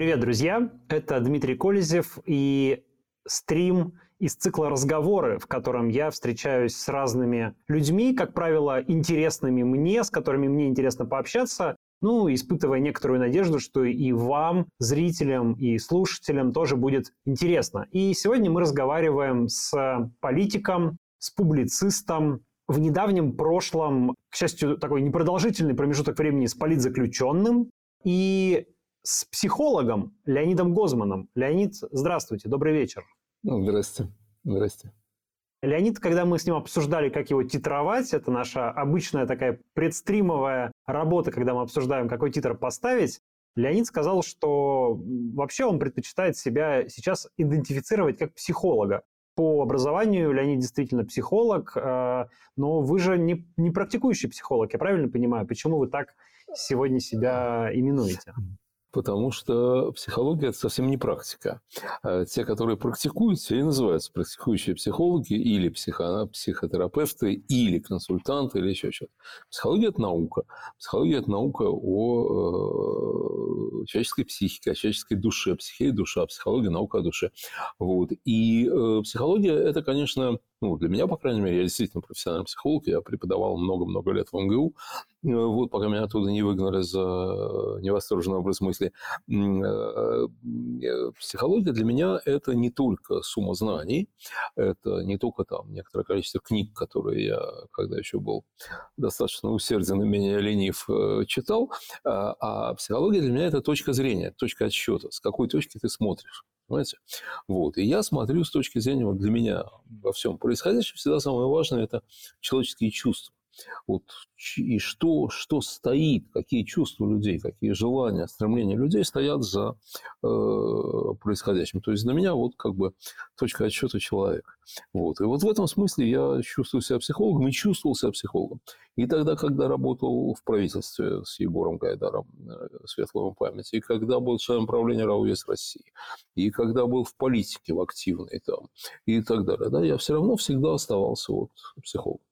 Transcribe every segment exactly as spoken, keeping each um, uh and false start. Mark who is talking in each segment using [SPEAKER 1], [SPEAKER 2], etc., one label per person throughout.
[SPEAKER 1] Привет, друзья! Это Дмитрий Колезев и стрим из цикла «Разговоры», в котором я встречаюсь с разными людьми, как правило, интересными мне, с которыми мне интересно пообщаться, ну, испытывая некоторую надежду, что и вам, зрителям и слушателям, тоже будет интересно. И сегодня мы разговариваем с политиком, с публицистом, в недавнем прошлом, к счастью, такой непродолжительный промежуток времени с политзаключенным и с психологом Леонидом Гозманом. Леонид, здравствуйте, добрый вечер.
[SPEAKER 2] Ну, здрасте, здрасте.
[SPEAKER 1] Леонид, когда мы с ним обсуждали, как его титровать, это наша обычная такая предстримовая работа, когда мы обсуждаем, какой титр поставить, Леонид сказал, что вообще он предпочитает себя сейчас идентифицировать как психолога. По образованию Леонид действительно психолог, но вы же не, не практикующий психолог, я правильно понимаю? Почему вы так сегодня себя именуете?
[SPEAKER 2] Потому что психология – это совсем не практика. Те, которые практикуют, все и называются практикующие психологи или психо- психотерапевты, или консультанты, или еще что-то. Психология – это наука. Психология – это наука о человеческой психике, о человеческой душе. Психия и душа, психология – наука о душе. Вот. И психология – это, конечно, ну, для меня, по крайней мере, я действительно профессиональный психолог, я преподавал много-много лет в эм гэ у, вот, пока меня оттуда не выгнали за невосторженный образ мысли. Психология для меня – это не только сумма знаний, это не только там некоторое количество книг, которые я, когда еще был достаточно усерден и менее ленив, читал, а психология для меня – это точка зрения, точка отсчета, с какой точки ты смотришь. Понимаете? Вот. И я смотрю с точки зрения, вот для меня во всем происходящем всегда самое важное – это человеческие чувства. Вот. И что, что стоит, какие чувства людей, какие желания, стремления людей стоят за э, происходящим. То есть для меня вот как бы точка отсчета человек. Вот. И вот в этом смысле я чувствую себя психологом и чувствовал себя психологом. И тогда, когда работал в правительстве с Егором Гайдаром, светлой ему памяти, и когда был членом правления РАО ЕС России, и когда был в политике, в активной там, и так далее, да, я все равно всегда оставался вот психологом.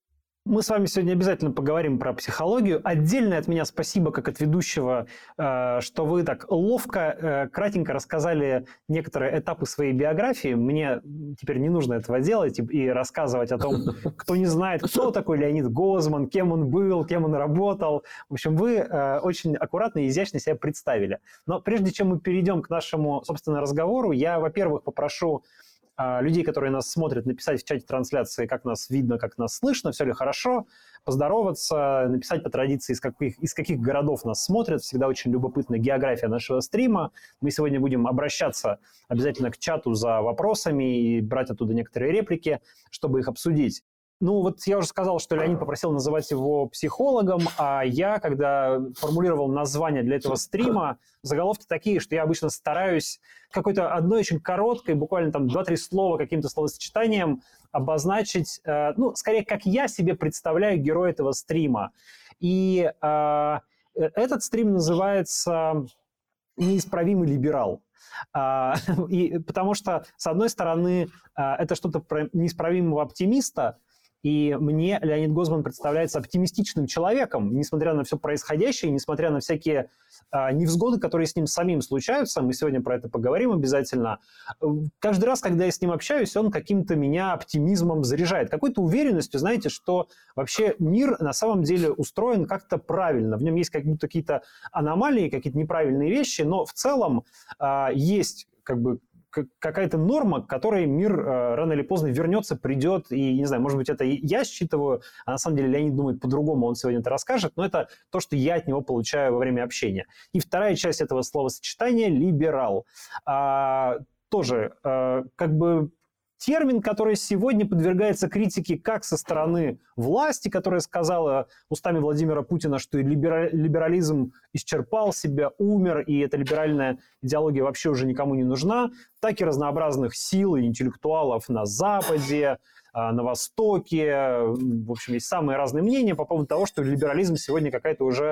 [SPEAKER 1] Мы с вами сегодня обязательно поговорим про психологию. Отдельное от меня спасибо, как от ведущего, что вы так ловко, кратенько рассказали некоторые этапы своей биографии. Мне теперь не нужно этого делать и рассказывать о том, кто не знает, кто такой Леонид Гозман, кем он был, кем он работал. В общем, вы очень аккуратно и изящно себя представили. Но прежде чем мы перейдем к нашему, собственно, разговору, я, во-первых, попрошу людей, которые нас смотрят, написать в чате трансляции, как нас видно, как нас слышно, все ли хорошо, поздороваться, написать по традиции, из каких, из каких городов нас смотрят. Всегда очень любопытна география нашего стрима. Мы сегодня будем обращаться обязательно к чату за вопросами и брать оттуда некоторые реплики, чтобы их обсудить. Ну, вот я уже сказал, что Леонид попросил называть его психологом, а я, когда формулировал название для этого стрима, заголовки такие, что я обычно стараюсь какой-то одной очень короткой, буквально там два-три слова каким-то словосочетанием обозначить, э, ну, скорее, как я себе представляю героя этого стрима. И э, этот стрим называется «Неисправимый либерал». А, и, потому что, с одной стороны, это что-то про неисправимого оптимиста, и мне Леонид Гозман представляется оптимистичным человеком, несмотря на все происходящее, несмотря на всякие а, невзгоды, которые с ним самим случаются. Мы сегодня про это поговорим обязательно. Каждый раз, когда я с ним общаюсь, он каким-то меня оптимизмом заряжает, какой-то уверенностью, знаете, что вообще мир на самом деле устроен как-то правильно. В нем есть как будто какие-то аномалии, какие-то неправильные вещи, но в целом а, есть как бы какая-то норма, к которой мир э, рано или поздно вернется, придет, и, не знаю, может быть, это я считываю, а на самом деле Леонид думает по-другому, он сегодня это расскажет, но это то, что я от него получаю во время общения. И вторая часть этого словосочетания – либерал. А, тоже э, как бы термин, который сегодня подвергается критике как со стороны власти, которая сказала устами Владимира Путина, что либерализм исчерпал себя, умер, и эта либеральная идеология вообще уже никому не нужна, так и разнообразных сил и интеллектуалов на Западе, на Востоке. В общем, есть самые разные мнения по поводу того, что либерализм сегодня какая-то уже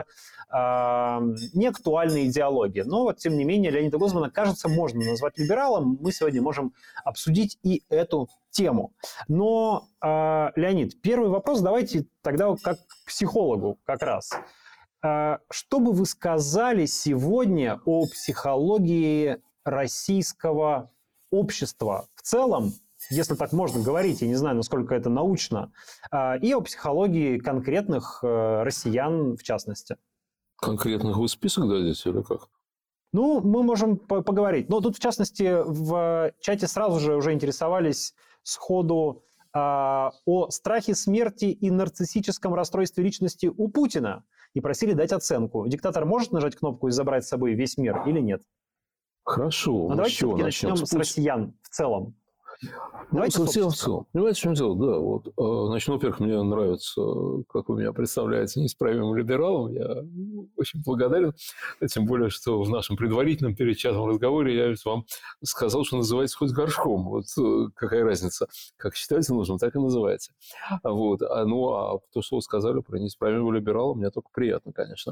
[SPEAKER 1] э, неактуальная идеология. Но вот, тем не менее, Леонида Гозмана, кажется, можно назвать либералом. Мы сегодня можем обсудить и эту тему. Но, э, Леонид, первый вопрос давайте тогда как к психологу как раз. Что бы вы сказали сегодня о психологии российского общества в целом, если так можно говорить, я не знаю, насколько это научно, и о психологии конкретных россиян в частности?
[SPEAKER 2] Конкретных вы список дадите или как?
[SPEAKER 1] Ну, мы можем поговорить. Но тут, в частности, в чате сразу же уже интересовались сходу э, о страхе смерти и нарциссическом расстройстве личности у Путина и просили дать оценку. Диктатор может нажать кнопку и забрать с собой весь мир или нет?
[SPEAKER 2] Хорошо.
[SPEAKER 1] Но давайте все-таки начнем с, с россиян в целом.
[SPEAKER 2] Ну, совсем в целом. Понимаете, в чем дело? Да, вот. Значит, во-первых, мне нравится, как вы меня представляете, неисправимым либералом. Я очень благодарен. Тем более, что в нашем предварительном перед чатом разговоре я вам сказал, что называется хоть горшком. Вот какая разница. Как считается нужным, так и называется. Вот. Ну, а то, что вы сказали про неисправимого либерала, мне только приятно, конечно.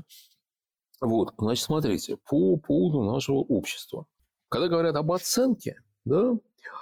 [SPEAKER 2] Вот. Значит, смотрите, по поводу нашего общества. Когда говорят об оценке, да,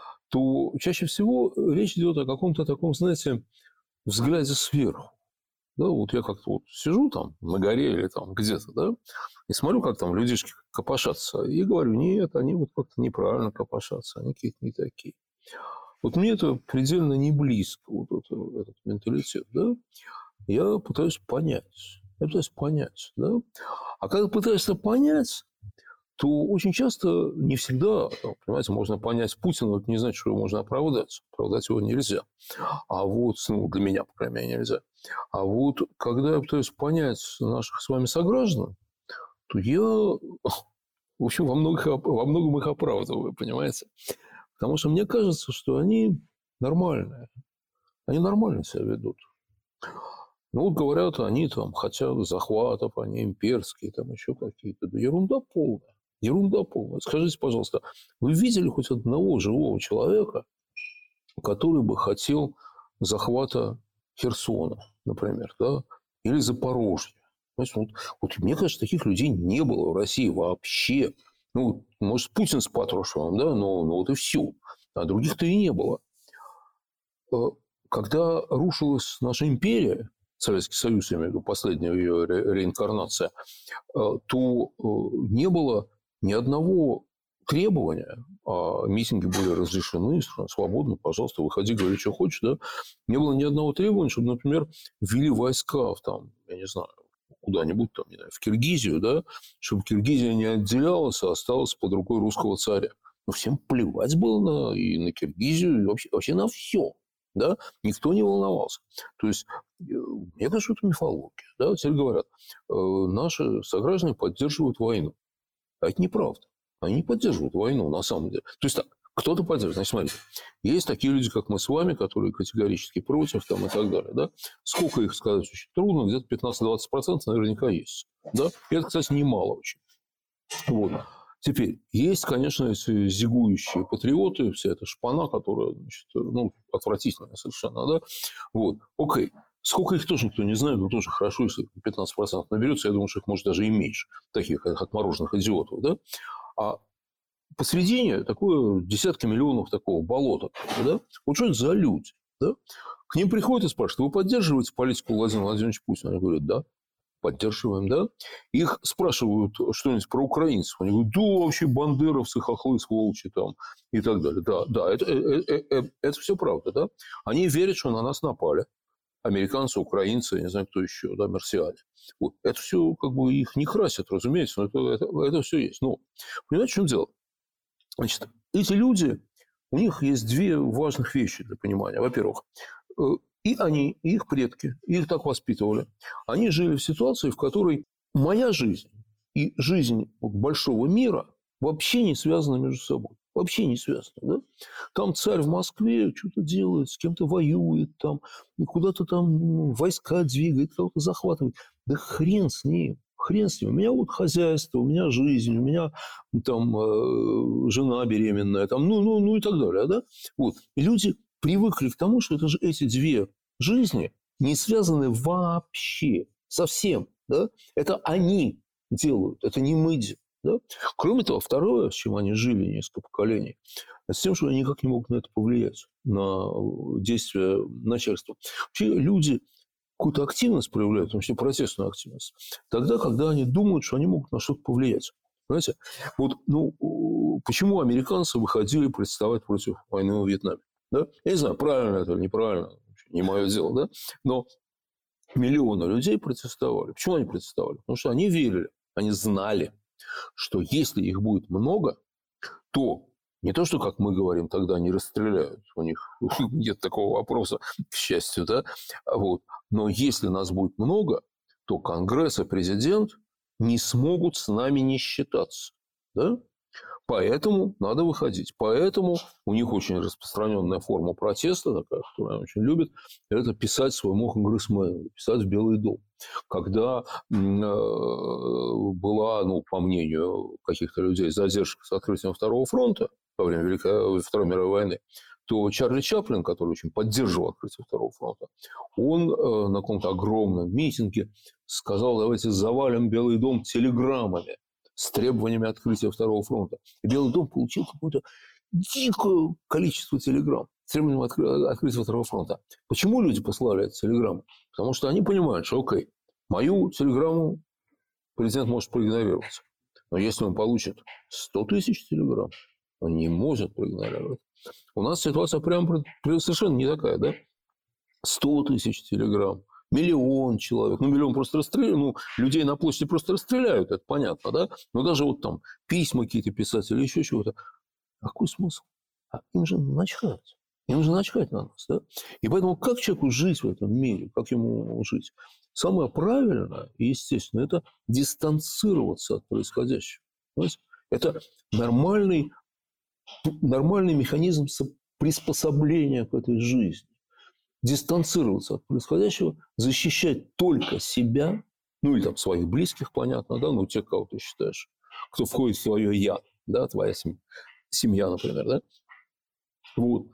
[SPEAKER 2] то чаще всего речь идет о каком-то таком, знаете, взгляде сверху. Да, вот я как-то вот сижу там на горе или там где-то, да, и смотрю, как там людишки копошатся, и говорю, нет, они вот как-то неправильно копошатся, они какие-то не такие. Вот мне это предельно не близко, вот это, этот менталитет, да. Я пытаюсь понять, я пытаюсь понять, да. А когда пытаешься понять, то очень часто, не всегда, понимаете, можно понять Путина, но это не значит, что его можно оправдать. Оправдать его нельзя. А вот, ну, для меня, по крайней мере, нельзя. А вот, когда я пытаюсь понять наших с вами сограждан, то я, в общем, во, многих, во многом их оправдываю, понимаете? Потому что мне кажется, что они нормальные. Они нормально себя ведут. Ну, вот говорят, они там хотят захватов, они имперские, там еще какие-то. Да ерунда полная. Ерунда полная. Скажите, пожалуйста, вы видели хоть одного живого человека, который бы хотел захвата Херсона, например, да? Или Запорожья? Знаете, вот, вот мне кажется, таких людей не было в России вообще. Ну, может, Путин с Патрушевым, да, но, но вот и все. А других-то и не было. Когда рушилась наша империя, Советский Союз, я имею в виду, последняя ее ре- реинкарнация, то не было ни одного требования, а митинги были разрешены, свободно, пожалуйста, выходи, говори, что хочешь, да, не было ни одного требования, чтобы, например, ввели войска в, там, я не знаю, куда-нибудь там, не знаю, в Киргизию, да, чтобы Киргизия не отделялась, а осталась под рукой русского царя. Но всем плевать было на, и на Киргизию, и вообще, вообще на все. Да? Никто не волновался. То есть, мне кажется, что это мифология. Да? Теперь говорят, наши сограждане поддерживают войну. А это неправда. Они не поддерживают войну на самом деле. То есть, так, кто-то поддерживает. Значит, смотрите, есть такие люди, как мы с вами, которые категорически против там, и так далее. Да? Сколько их сказать очень трудно, где-то пятнадцать-двадцать процентов наверняка есть. Да? И это, кстати, немало очень. Вот. Теперь, есть, конечно, эти зигующие патриоты, вся эта шпана, которая, значит, ну, отвратительная совершенно, да, вот, окей, сколько их тоже никто не знает, но тоже хорошо, если пятнадцать процентов наберется, я думаю, что их может даже и меньше, таких отмороженных идиотов, да, а посредине такое десятки миллионов такого болота, да, вот что это за люди, да, к ним приходят и спрашивают, вы поддерживаете политику Владимира Владимировича Путина? Они говорят, да. Поддерживаем, да? Их спрашивают что-нибудь про украинцев. Они говорят, да, вообще бандеровцы, хохлы, сволочи там и так далее. Да, да, это, это, это, это все правда, да? Они верят, что на нас напали. Американцы, украинцы, я не знаю, кто еще, да, марсиане. Вот. Это все как бы их не красит, разумеется, но это, это, это все есть. Но, понимаете, в чем дело? Значит, эти люди, у них есть две важных вещи для понимания. Во-первых, и они, и их предки, их так воспитывали. Они жили в ситуации, в которой моя жизнь и жизнь большого мира вообще не связаны между собой. Вообще не связаны. Да? Там царь в Москве что-то делает, с кем-то воюет, там, куда-то там войска двигает, кого-то захватывает. Да хрен с ним. Хрен с ним. У меня вот хозяйство, у меня жизнь, у меня там э, жена беременная, там, ну, ну, ну и так далее. Да? Вот. И люди привыкли к тому, что это же эти две жизни не связаны вообще, совсем. Да? Это они делают, это не мы делаем. Да? Кроме того, второе, с чем они жили несколько поколений, с тем, что они никак не могут на это повлиять, на действия начальства. Вообще люди какую-то активность проявляют, в том числе протестную активность, тогда, когда они думают, что они могут на что-то повлиять. Понимаете? Вот, ну, почему американцы выходили протестовать против войны во Вьетнаме? Да? Я не знаю, правильно это или неправильно, не мое дело, да? Но миллионы людей протестовали. Почему они протестовали? Потому что они верили, они знали, что если их будет много, то не то, что, как мы говорим, тогда они расстреляют. У них нет такого вопроса, к счастью, да? Вот. Но если нас будет много, то Конгресс и президент не смогут с нами не считаться. Да? Поэтому надо выходить. Поэтому у них очень распространенная форма протеста, такая, которую они очень любят, это писать своему конгрессмену, писать в Белый дом. Когда э, была, ну, по мнению каких-то людей, задержка с открытием Второго фронта во время Великой, Второй мировой войны, то Чарли Чаплин, который очень поддерживал открытие Второго фронта, он э, на каком-то огромном митинге сказал: давайте завалим Белый дом телеграммами с требованиями открытия Второго фронта. И Белый дом получил какое-то дикое количество телеграмм с требованием откры- открытия Второго фронта. Почему люди послали эти телеграммы? Потому что они понимают, что, окей, мою телеграмму президент может проигнорировать. Но если он получит сто тысяч телеграмм, он не может проигнорировать. У нас ситуация прям совершенно не такая, да? сто тысяч телеграмм, миллион человек. Ну, миллион просто расстреляют. Ну, людей на площади просто расстреляют, это понятно, да? Но даже вот там письма какие-то писать или еще чего-то. А какой смысл? А им же начхать. Им же начхать на нас, да? И поэтому как человеку жить в этом мире? Как ему жить? Самое правильное и естественное – это дистанцироваться от происходящего. Понимаете? Это нормальный, нормальный механизм приспособления к этой жизни. Дистанцироваться от происходящего, защищать только себя, ну, или там своих близких, понятно, да, ну, тех, кого ты считаешь, кто входит в твое «я», да, твоя семья, семья, например, да, вот,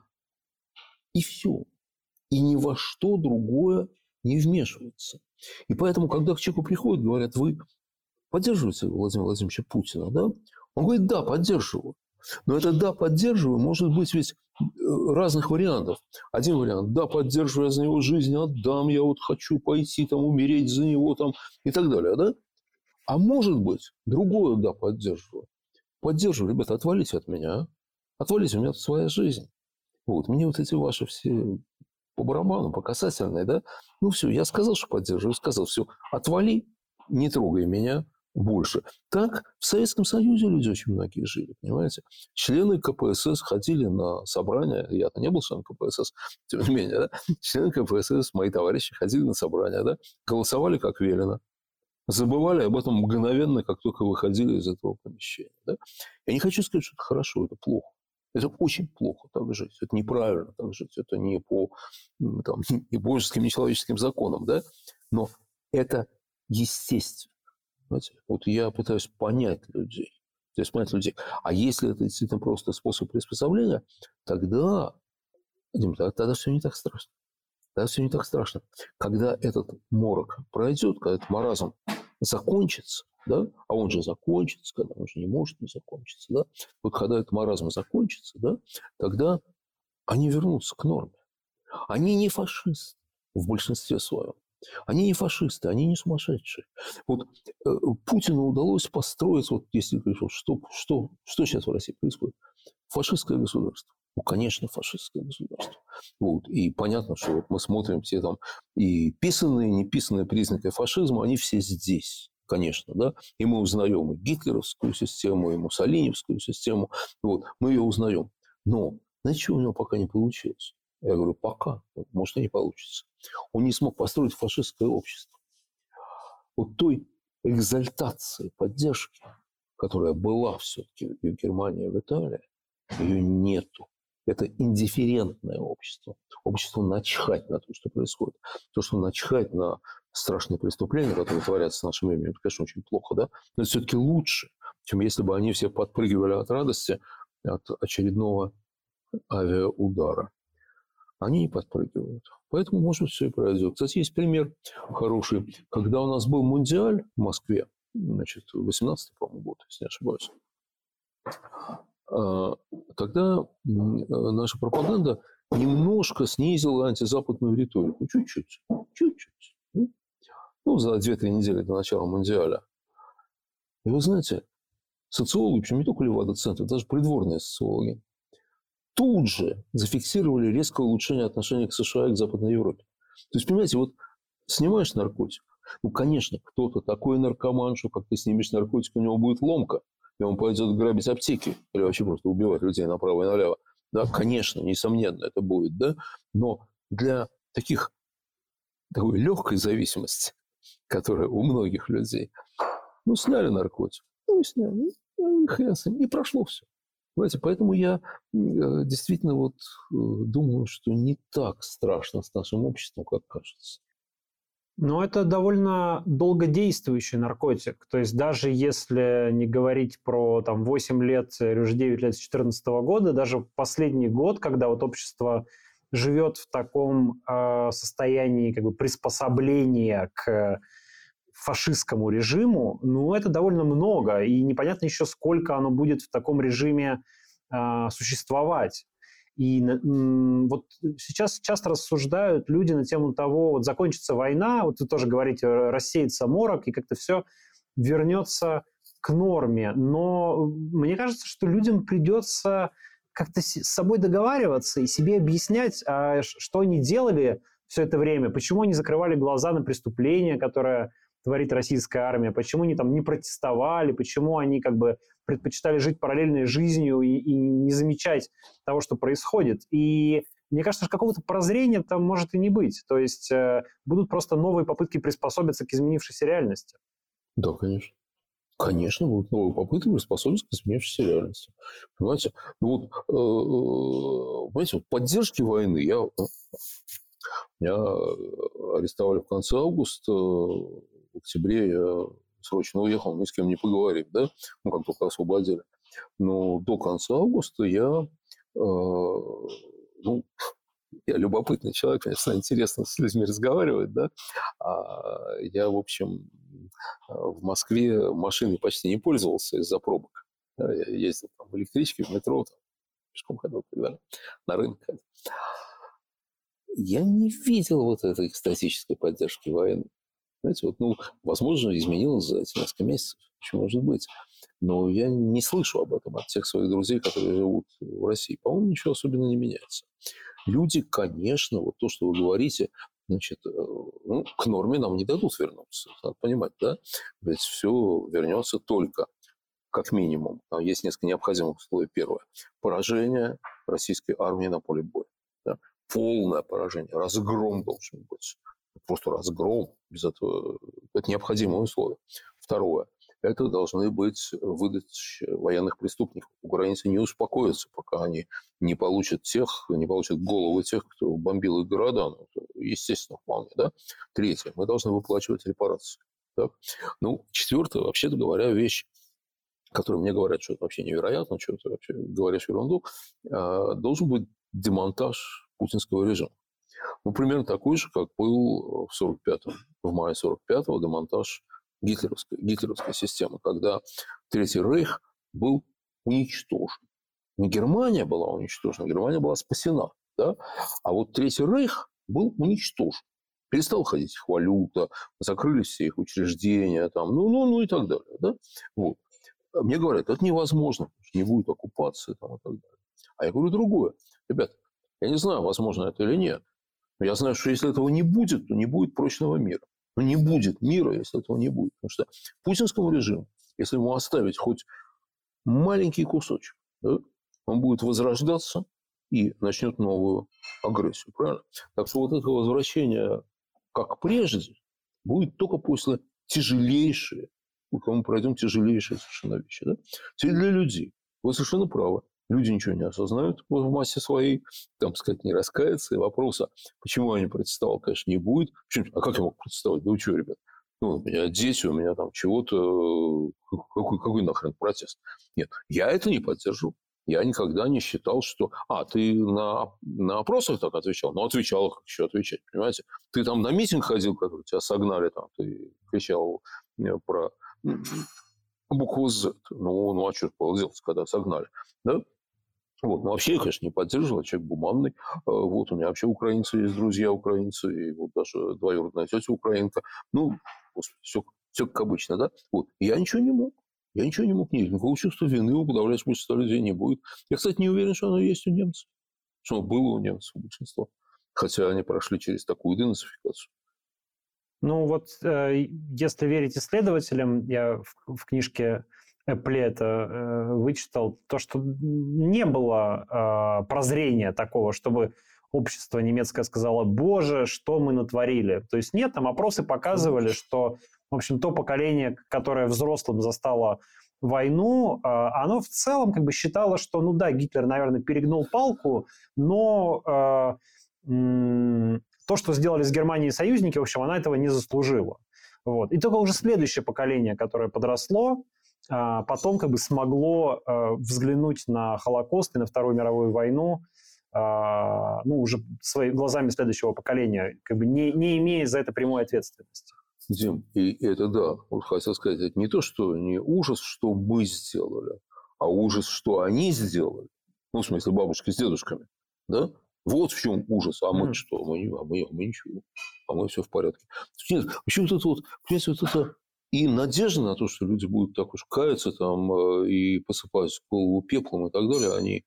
[SPEAKER 2] и все. И ни во что другое не вмешивается. И поэтому, когда к человеку приходят, говорят: вы поддерживаете Владимира Владимировича Путина, да? Он говорит: да, поддерживаю. Но это «да, поддерживаю» может быть ведь разных вариантов. Один вариант: да, поддерживаю, я за него жизнь отдам, я вот хочу пойти там умереть за него там и так далее, да? А может быть другое: да, поддерживаю. Поддерживаю, ребята, отвалите от меня, а? Отвалите, у меня тут своя жизнь. Вот, мне вот эти ваши все по барабану, по касательной, да? Ну, все, я сказал, что поддерживаю, сказал, все, отвали, не трогай меня больше. Так в Советском Союзе люди очень многие жили, понимаете? Члены ка пэ эс эс ходили на собрания, я-то не был членом ка пэ эс эс, тем не менее, да? Члены ка пэ эс эс, мои товарищи, ходили на собрания, да? Голосовали как велено, забывали об этом мгновенно, как только выходили из этого помещения, да? Я не хочу сказать, что это хорошо, это плохо. Это очень плохо так жить. Это неправильно так жить. Это не по там, и божеским, и человеческим законам, да? Но это естественно. Понимаете? Вот я пытаюсь понять людей. То есть понять людей. А если это действительно просто способ приспособления, тогда, Дим, тогда все не так страшно. Тогда все не так страшно. Когда этот морок пройдет, когда этот маразм закончится, да, а он же закончится, когда он же не может не закончиться, да, вот когда этот маразм закончится, да, тогда они вернутся к норме. Они не фашисты в большинстве своем. Они не фашисты, они не сумасшедшие. Вот э, Путину удалось построить, вот если говорить, вот, что, что, что сейчас в России происходит? Фашистское государство. Ну, конечно, фашистское государство. Вот. И понятно, что вот мы смотрим все там и писанные, и неписанные признаки фашизма, они все здесь. Конечно, да, и мы узнаем и гитлеровскую систему, и муссолиневскую систему, вот, мы ее узнаем. Но, знаете, что у него пока не получилось? Я говорю, пока, может, и не получится. Он не смог построить фашистское общество. Вот той экзальтации, поддержки, которая была все-таки в Германии и в Италии, ее нету. Это индифферентное общество. Общество начхать на то, что происходит. То, что начхать на страшные преступления, которые творятся с нашим именем, это, конечно, очень плохо, да? Но это все-таки лучше, чем если бы они все подпрыгивали от радости от очередного авиаудара. Они не подпрыгивают. Поэтому, может быть, все и пройдет. Кстати, есть пример хороший. Когда у нас был Мундиаль в Москве, значит, восемнадцатый, по-моему, год, если не ошибаюсь, тогда наша пропаганда немножко снизила антизападную риторику. Чуть-чуть. Чуть-чуть. ну, за две-три недели до начала Мундиаля. И вы знаете, социологи, причем не только Левада-центр, даже придворные социологи, тут же зафиксировали резкое улучшение отношений к США и к Западной Европе. То есть, понимаете, вот снимаешь наркотик, ну, конечно, кто-то такой наркоман, что как ты снимешь наркотик, у него будет ломка, и он пойдет грабить аптеки или вообще просто убивать людей направо и налево. Да, конечно, несомненно, это будет, да, но для таких, такой легкой зависимости, которая у многих людей, ну, сняли наркотик, ну, и сняли, ну, и хрен с ним, и прошло все. Понимаете, поэтому я э, действительно вот э, думаю, что не так страшно с нашим обществом, как кажется.
[SPEAKER 1] Но это довольно долгодействующий наркотик. То есть даже если не говорить про там, восемь лет или уже девять лет с две тысячи четырнадцатого года, даже в последний год, когда вот общество живет в таком э, состоянии как бы, приспособления к фашистскому режиму, ну, это довольно много. И непонятно еще, сколько оно будет в таком режиме э, существовать. И вот сейчас часто рассуждают люди на тему того, вот закончится война, вот вы тоже говорите, рассеется морок, и как-то все вернется к норме. Но мне кажется, что людям придется как-то с собой договариваться и себе объяснять, а что они делали все это время, почему они закрывали глаза на преступления, которое творит российская армия, почему они там не протестовали, почему они как бы предпочитали жить параллельной жизнью и, и не замечать того, что происходит. И мне кажется, что какого-то прозрения там может и не быть. То есть э, будут просто новые попытки приспособиться к изменившейся реальности.
[SPEAKER 2] Да, конечно. Конечно, будут новые попытки приспособиться к изменившейся реальности. Понимаете, ну вот, э, понимаете, вот поддержки войны я, меня арестовали в конце августа, в октябре я срочно уехал, ни с кем не поговорив, да, ну, как только освободили. Но до конца августа я, э, ну, я любопытный человек, конечно, интересно с людьми разговаривать, да, а я, в общем, в Москве машиной почти не пользовался из-за пробок. Да, я ездил там, в электричке, в метро, там, пешком ходил и так далее, на рынок ходил. Я не видел вот этой экстатической поддержки войны. Знаете, вот, ну, возможно, изменилось за эти несколько месяцев. Почему может быть? Но я не слышу об этом от тех своих друзей, которые живут в России. По-моему, ничего особенно не меняется. Люди, конечно, вот то, что вы говорите, значит, ну, к норме нам не дадут вернуться. Надо понимать, да? Ведь все вернется только, как минимум. Там есть несколько необходимых условий. Первое. Поражение российской армии на поле боя. Да? Полное поражение. Разгром должен быть. Просто разгром. Без этого это необходимое условие. Второе. Это должны быть выдачи военных преступников. Украинцы не успокоятся, пока они не получат тех, не получат головы тех, кто бомбил их города. Ну, естественно, вполне. Да? Третье. Мы должны выплачивать репарации. Так? Ну, четвертое, вообще-то говоря, вещь, которую мне говорят, что это вообще невероятно, что это вообще говоришь ерунду, должен быть демонтаж путинского режима. Ну, примерно такой же, как был в сорок пятом, в мае сорок пятого демонтаж гитлеровской, гитлеровской системы, когда Третий Рейх был уничтожен. Не Германия была уничтожена, Германия была спасена. Да? А вот Третий Рейх был уничтожен. Перестала ходить их валюта, закрылись все их учреждения, там, ну, ну, ну и так далее. Да? Вот. Мне говорят, это невозможно, потому что не будет оккупации там, и так далее. А я говорю другое. Ребята, я не знаю, возможно это или нет, но я знаю, что если этого не будет, то не будет прочного мира. Но не будет мира, если этого не будет. Потому что путинскому режиму, если ему оставить хоть маленький кусочек, да, он будет возрождаться и начнет новую агрессию. Правильно? Так что вот это возвращение, как прежде, будет только после тяжелейшей, когда мы пройдем тяжелейшие совершенно вещи. Да? Теперь для людей. Вы совершенно правы. Люди ничего не осознают в массе своей, там, сказать, не раскаются. И вопроса, почему я не протестовал, конечно, не будет. Почему? А как я мог протестовать? Да вы что, ребят? Ну, у меня дети, у меня там чего-то... Какой, какой нахрен протест? Нет, я это не поддерживал. Я никогда не считал, что... А, ты на, на опросах так отвечал? Ну, отвечал, как еще отвечать, понимаете? Ты там на митинг ходил, который тебя согнали, там, ты кричал про букву «З». Ну, ну а что было делать, когда согнали? Да? Вот. Но вообще я, конечно, не поддерживал, человек гуманный. Вот у меня вообще украинцы есть, друзья украинцы, и вот даже двоюродная тетя украинка. Ну, господи, все, все как обычно, да? Вот. И я ничего не мог. Я ничего не мог. Нет, никакого чувства вины у подавляющего большинства людей не будет. Я, кстати, не уверен, что оно есть у немцев. Что оно было у немцев большинства. Хотя они прошли через такую денацификацию.
[SPEAKER 1] Ну вот, э, если верить исследователям, я в, в книжке Эппле это э, вычитал, то, что не было э, прозрения такого, чтобы общество немецкое сказало: «Боже, что мы натворили». То есть нет, там опросы показывали, что, в общем, то поколение, которое взрослым застало войну, э, оно в целом как бы считало, что, ну да, Гитлер, наверное, перегнул палку, но... Э, м- то, что сделали с Германией союзники, в общем, она этого не заслужила. Вот. И только уже следующее поколение, которое подросло, потом как бы смогло взглянуть на Холокост и на Вторую мировую войну, ну, уже своими глазами следующего поколения, как бы не, не имея за это прямой ответственности.
[SPEAKER 2] Дим, и это да, вот хотел сказать, это не то, что не ужас, что мы сделали, а ужас, что они сделали. Ну, в смысле, бабушки с дедушками, да? Вот в чем ужас. А мы mm. что? Мы, а, мы, а мы ничего. А мы все в порядке. Нет, вообще вот это вот, понимаете, вот это и надежда на то, что люди будут так уж каяться там и посыпать голову пеплом и так далее, они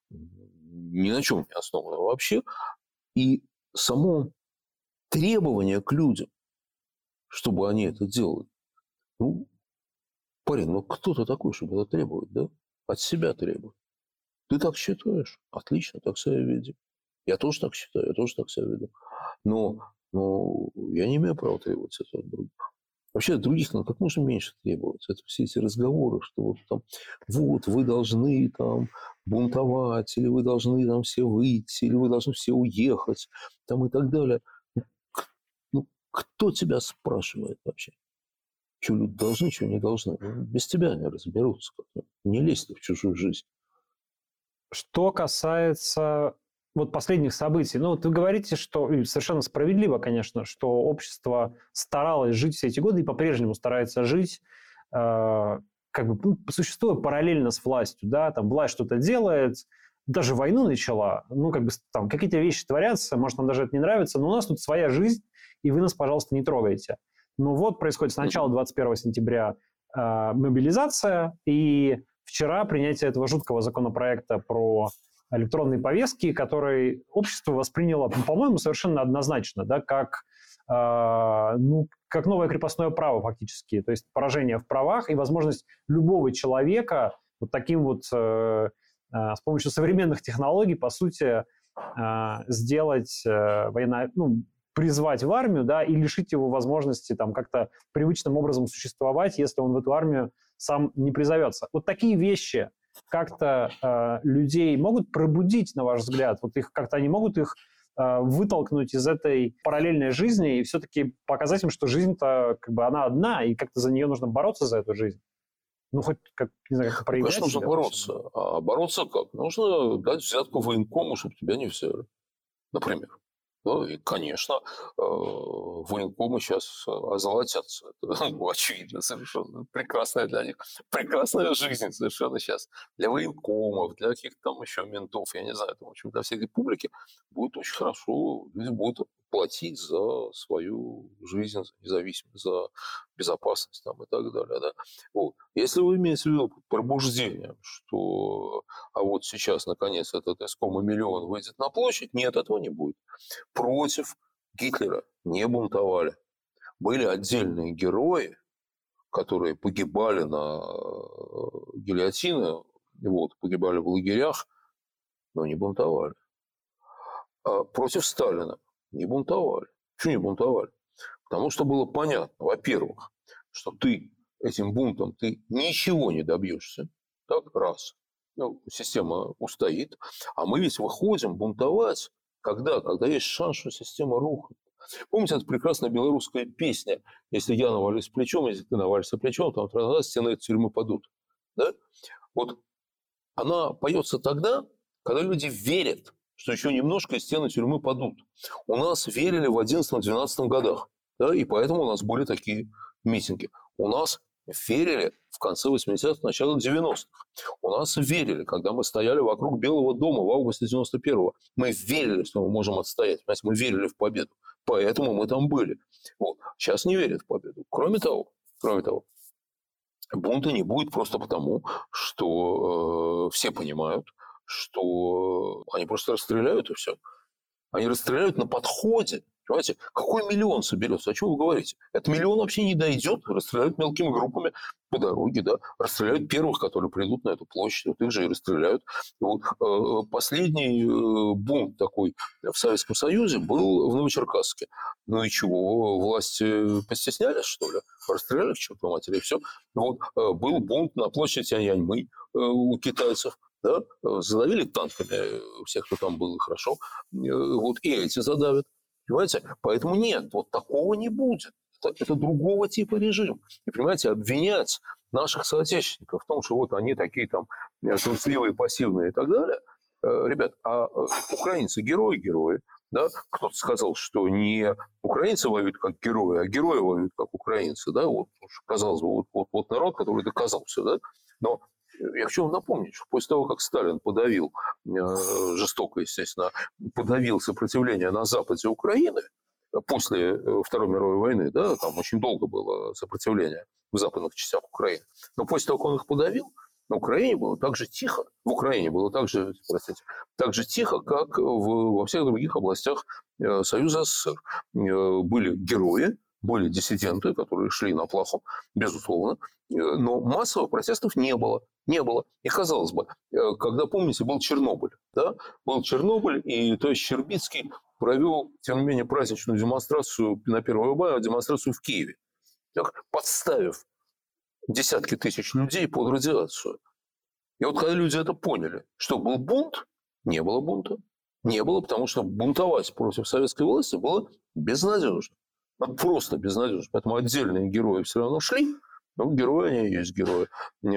[SPEAKER 2] ни на чем не основаны вообще. И само требование к людям, чтобы они это делали. Ну, парень, ну кто ты такой, чтобы это требовать, да? От себя требовать. Ты так считаешь? Отлично, так себя веди. Я тоже так считаю, я тоже так себя веду. Но, но я не имею права требовать это от других. Вообще от других надо как можно меньше требовать. Это все эти разговоры, что вот там, вот вы должны там бунтовать, или вы должны там все выйти, или вы должны все уехать, там и так далее. Ну, кто тебя спрашивает вообще? Что люди должны, что не должны? Без тебя они разберутся. Не лезь ты в чужую жизнь.
[SPEAKER 1] Что касается вот последних событий, ну, вот вы говорите, что и совершенно справедливо, конечно, что общество старалось жить все эти годы и по-прежнему старается жить, э, как бы ну, существуя параллельно с властью, да, там власть что-то делает, даже войну начала, ну, как бы там какие-то вещи творятся, может, нам даже это не нравится, но у нас тут своя жизнь, и вы нас, пожалуйста, не трогайте. Ну, вот происходит сначала двадцать первого сентября э, мобилизация, и вчера принятие этого жуткого законопроекта про электронные повестки, который общество восприняло, по-моему, совершенно однозначно, да, как, э, ну, как новое крепостное право фактически, то есть поражение в правах и возможность любого человека вот таким вот э, э, с помощью современных технологий, по сути, э, сделать э, военно, ну, призвать в армию, да, и лишить его возможности там как-то привычным образом существовать, если он в эту армию сам не призовется. Вот такие вещи как-то э, людей могут пробудить, на ваш взгляд? Вот их как-то они могут их э, вытолкнуть из этой параллельной жизни и все-таки показать им, что жизнь-то как бы она одна, и как-то за нее нужно бороться, за эту жизнь? Ну, хоть, как, не знаю, как проявлять.
[SPEAKER 2] Конечно, нужно бороться. А бороться как? Нужно дать взятку военкому, чтобы тебя не взяли. Например. Ну, и, конечно, военкомы сейчас озолотятся. Это ну, очевидно совершенно. Прекрасная для них. Прекрасная жизнь совершенно сейчас. Для военкомов, для каких-то там еще ментов, я не знаю, там, в общем, для всей республики будет очень хорошо. Люди будут платить за свою жизнь, за независимость, за безопасность там, и так далее. Да? Вот. Если вы имеете в виду пробуждение, что а вот сейчас, наконец, этот искомый миллион выйдет на площадь, нет, этого не будет. Против Гитлера не бунтовали. Были отдельные герои, которые погибали на гильотине, вот, погибали в лагерях, но не бунтовали. А против Сталина не бунтовали. Почему не бунтовали? Потому что было понятно, во-первых, что ты этим бунтом ты ничего не добьешься. Так, раз. Ну, система устоит. А мы ведь выходим бунтовать, когда? Когда есть шанс, что система рухнет. Помните, это прекрасная белорусская песня «Если я навалюсь плечом, если ты навалишься плечом, там тогда стены тюрьмы падут». Да? Вот она поется тогда, когда люди верят, что еще немножко и стены тюрьмы падут. У нас верили в одиннадцатом-двенадцатом годах, да, и поэтому у нас были такие митинги. У нас верили в конце восьмидесятых, начало девяностых. У нас верили, когда мы стояли вокруг Белого дома в августе девяносто первого, мы верили, что мы можем отстоять. Понимаете, мы верили в победу. Поэтому мы там были. Вот. Сейчас не верят в победу. Кроме того, кроме того, бунта не будет просто потому, что э, все понимают, что они просто расстреляют и все. Они расстреляют на подходе. Понимаете, какой миллион соберется? О чем вы говорите? Этот миллион вообще не дойдет. Расстреляют мелкими группами по дороге, да. Расстреляют первых, которые придут на эту площадь. Вот их же и расстреляют. Вот. Последний бунт такой в Советском Союзе был в Новочеркасске. Ну и чего? Власти постеснялись, что ли? Расстреляли к чертовой матери, и все. Вот. Был бунт на площади Тяньаньмэнь у китайцев. Да? Задавили танками всех, кто там был, и хорошо. Вот. И эти задавят. Понимаете? Поэтому нет, вот такого не будет. Это, это другого типа режим. И, понимаете, обвинять наших соотечественников в том, что вот они такие там трусливые, пассивные и так далее. Ребят, а украинцы герои-герои. Да? Кто-то сказал, что не украинцы воюют как герои, а герои воюют как украинцы. Да? Вот, казалось бы, вот, вот, вот народ, который доказался. Да? Но я хочу вам напомнить, что после того, как Сталин подавил, жестоко, естественно, подавил сопротивление на западе Украины, после Второй мировой войны, да, там очень долго было сопротивление в западных частях Украины, но после того, как он их подавил, на Украине было так же тихо, в Украине было так же, простите, так же тихо, как в, во всех других областях Союза СССР. Были герои, были диссиденты, которые шли на плаху, безусловно, но массовых протестов не было. Не было. И, казалось бы, когда, помните, был Чернобыль, да? Был Чернобыль, и то есть Щербицкий провел, тем не менее, праздничную демонстрацию на первое мая, демонстрацию в Киеве, так, подставив десятки тысяч людей под радиацию. И вот когда люди это поняли, что был бунт, не было бунта. Не было, потому что бунтовать против советской власти было безнадежно. Просто безнадежно. Поэтому отдельные герои все равно шли. Ну, герои они и есть герои.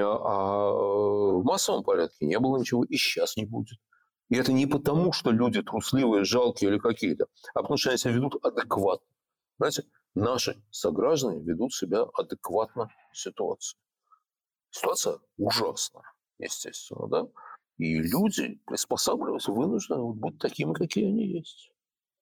[SPEAKER 2] А в массовом порядке не было ничего. И сейчас не будет. И это не потому, что люди трусливые, жалкие или какие-то, а потому что они себя ведут адекватно. Знаете, наши сограждане ведут себя адекватно ситуации. Ситуация ужасная, естественно, да? И люди приспосабливаются, вынуждены вот быть такими, какие они есть.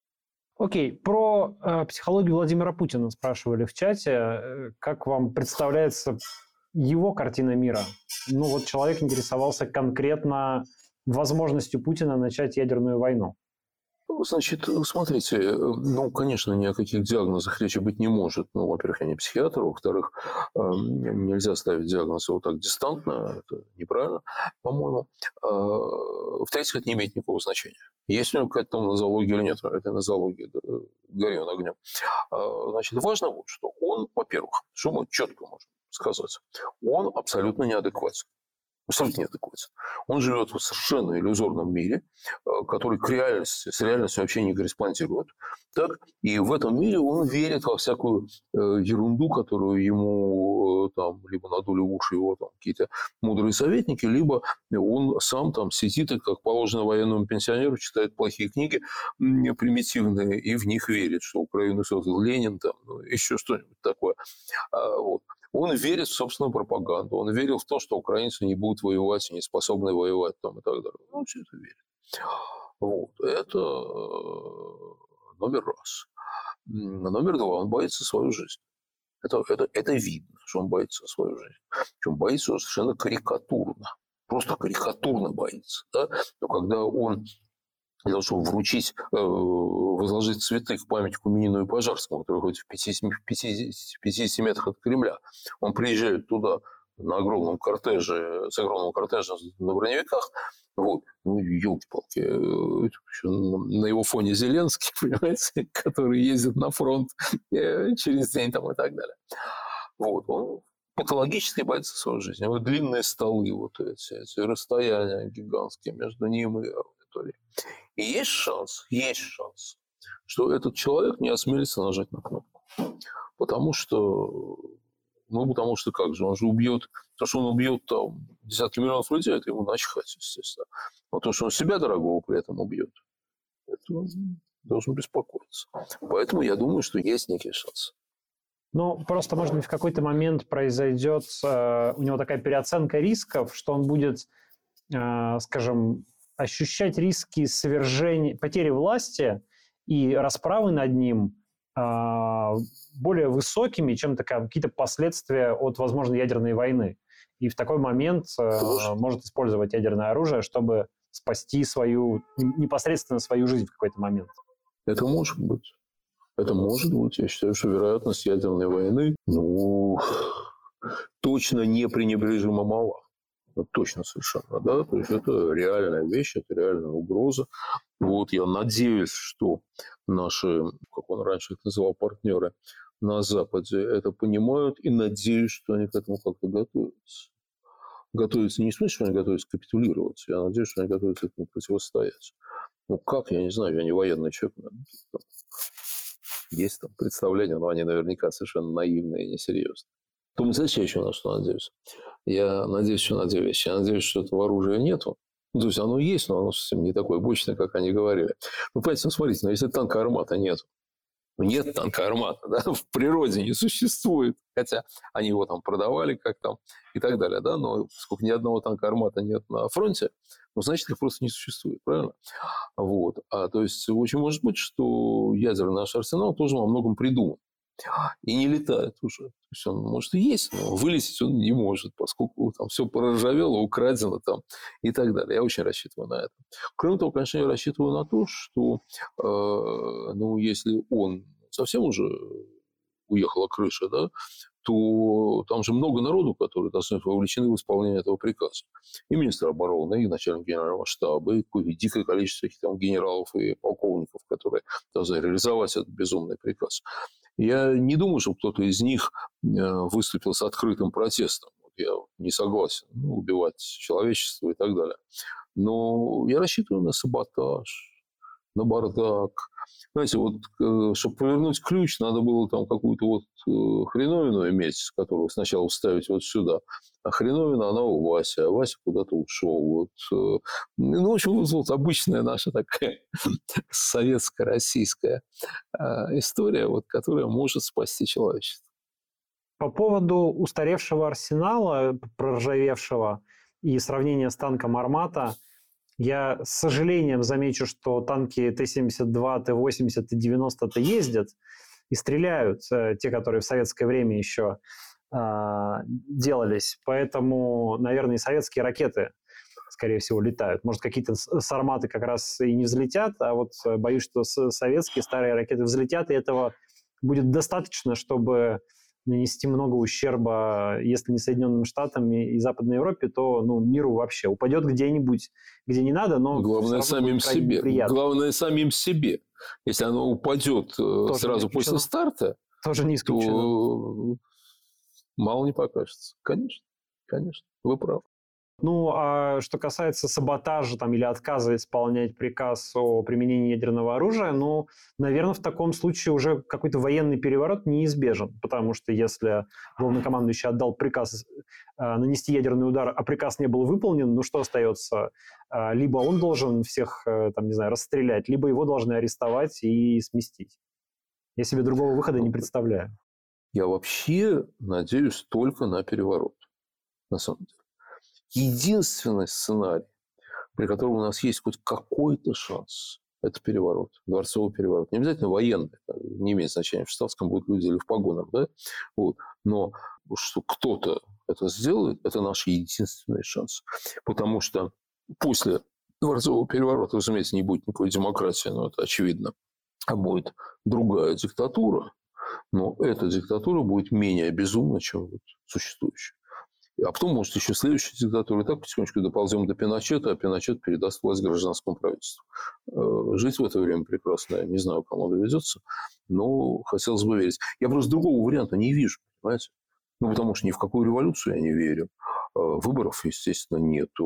[SPEAKER 1] Окей, про э, психологию Владимира Путина спрашивали в чате. Э, как вам представляется его картина мира? Ну вот человек интересовался конкретно возможностью Путина начать ядерную войну.
[SPEAKER 2] Значит, смотрите, ну, конечно, ни о каких диагнозах речи быть не может. Ну, во-первых, я не психиатр, во-вторых, нельзя ставить диагноз вот так дистантно, это неправильно, по-моему. В-третьих, это не имеет никакого значения. Есть у него какая-то там нозология или нет, это нозология, да, гори он огнем. Значит, важно вот, что он, во-первых, что мы четко можем сказать, он абсолютно неадекватен. Абсолютно неадекватен. Он живет в совершенно иллюзорном мире, который к реальности, с реальностью вообще не корреспондирует. Так? И в этом мире он верит во всякую ерунду, которую ему там, либо надули уши его там, какие-то мудрые советники, либо он сам там сидит и, как положено военному пенсионеру, читает плохие книги примитивные и в них верит, что Украину создал Ленин, там, ну, еще что-нибудь такое. Вот. Он верит в собственную пропаганду, он верил в то, что украинцы не будут воевать и не способны воевать там, и так далее. Он все это верит. Вот. Это номер раз. Номер два. Он боится свою жизнь. Это, это, это видно, что он боится свою жизнь. Причем боится его совершенно карикатурно. Просто карикатурно боится. Да? Но когда он для того, чтобы вручить, возложить цветы к памятнику Минину и Пожарскому, который хоть в пятидесяти метрах от Кремля, он приезжает туда на огромном кортеже, с огромным кортежем на броневиках, вот, ну, елки-палки, на его фоне Зеленский, понимаете, который ездит на фронт через день там и так далее. Вот, он патологически боится своей жизни. Вот длинные столы, вот эти, эти расстояния гигантские между ним и аудиторией. И есть шанс, есть шанс, что этот человек не осмелится нажать на кнопку. Потому что, ну, потому что как же, он же убьет, то, что он убьет там десятки миллионов людей, это ему начхать, естественно. Но то, что он себя дорогого при этом убьет, это он должен беспокоиться. Поэтому я думаю, что есть некий шанс.
[SPEAKER 1] Ну, просто, может быть, в какой-то момент произойдет э, у него такая переоценка рисков, что он будет, э, скажем, ощущать риски свержения, потери власти и расправы над ним э, более высокими, чем такая, какие-то последствия от возможной ядерной войны. И в такой момент э, может использовать ядерное оружие, чтобы спасти свою, непосредственно свою жизнь в какой-то момент.
[SPEAKER 2] Это может быть. Это может быть. Я считаю, что вероятность ядерной войны, ну, точно не пренебрежимо мала. Точно совершенно, да. То есть это реальная вещь, это реальная угроза. Вот я надеюсь, что наши, как он раньше их называл, партнеры на Западе это понимают, и надеюсь, что они к этому как-то готовятся. Готовятся не в смысле, что они готовятся капитулировать. Я надеюсь, что они готовятся этому противостоять. Ну, как, я не знаю, я не военный человек. Есть там представления, но они наверняка совершенно наивные и несерьезные. То, знаете, я еще на что надеюсь? Я надеюсь, что надеюсь. Я надеюсь, что этого оружия нету. Ну, то есть, оно есть, но оно совсем не такое мощное, как они говорили. Ну, понимаете, ну, смотрите, но если танка «Армата» нет, нет танка «Армата», да, в природе не существует. Хотя они его там продавали как там и так далее, да, но поскольку ни одного танка «Армата» нет на фронте, ну, значит, их просто не существует, правильно? Вот. А, то есть, очень может быть, что ядерный наш арсенал тоже во многом придуман. И не летает уже. То есть, он может и есть, но вылететь он не может, поскольку там все проржавело, украдено там и так далее. Я очень рассчитываю на это. Кроме того, конечно, я рассчитываю на то, что э, ну, если он совсем уже уехала крыша, да, то там же много народу, которые должны быть вовлечены в исполнение этого приказа. И министр обороны, и начальник генерального штаба, и какое-то дикое количество там генералов и полковников, которые должны реализовать этот безумный приказ. Я не думаю, что кто-то из них выступил с открытым протестом. Я не согласен. Ну, убивать человечество и так далее. Но я рассчитываю на саботаж, на бардак. Знаете, вот, чтобы повернуть ключ, надо было там какую-то вот хреновину иметь, которую сначала вставить вот сюда. А хреновина, она у Васи, а Вася куда-то ушел. Вот. Ну, в общем, вот, вот обычная наша такая советско-российская история, вот, которая может спасти человечество.
[SPEAKER 1] По поводу устаревшего арсенала, проржавевшего, и сравнения с танком «Армата», я с сожалением замечу, что танки Т семьдесят два, Т восемьдесят и девяносто-то ездят и стреляют, те, которые в советское время еще э, делались. Поэтому, наверное, и советские ракеты, скорее всего, летают. Может, какие-то с «Арматы» как раз и не взлетят, а вот боюсь, что советские старые ракеты взлетят, и этого будет достаточно, чтобы нанести много ущерба, если не Соединенным Штатам и Западной Европе, то ну, миру вообще упадет где-нибудь, где не надо, но
[SPEAKER 2] главное самим себе.
[SPEAKER 1] Приятно.
[SPEAKER 2] Главное самим себе. Если оно упадет тоже сразу после старта,
[SPEAKER 1] тоже не исключено.
[SPEAKER 2] То мало не покажется. Конечно, конечно, вы правы.
[SPEAKER 1] Ну, а что касается саботажа там, или отказа исполнять приказ о применении ядерного оружия, ну, наверное, в таком случае уже какой-то военный переворот неизбежен, потому что если главнокомандующий отдал приказ э, нанести ядерный удар, а приказ не был выполнен, ну, что остается? Э, либо он должен всех, э, там, не знаю, расстрелять, либо его должны арестовать и сместить. Я себе другого выхода не представляю.
[SPEAKER 2] Я вообще надеюсь только на переворот, на самом деле. Единственный сценарий, при котором у нас есть хоть какой-то шанс, это переворот, дворцовый переворот. Не обязательно военный, не имеет значения, в штатском будут люди или в погонах, да? Вот. Но что кто-то это сделает, это наш единственный шанс. Потому что после дворцового переворота, разумеется, не будет никакой демократии, но это очевидно, а будет другая диктатура, но эта диктатура будет менее безумна, чем вот существующая. А потом, может, еще следующая диктатура. И так потихонечку доползем до Пиночета, а Пиночет передаст власть гражданскому правительству. Жить в это время прекрасно, я не знаю, кому доведется, но хотелось бы верить. Я просто другого варианта не вижу, понимаете? Ну, потому что ни в какую революцию я не верю. Выборов, естественно,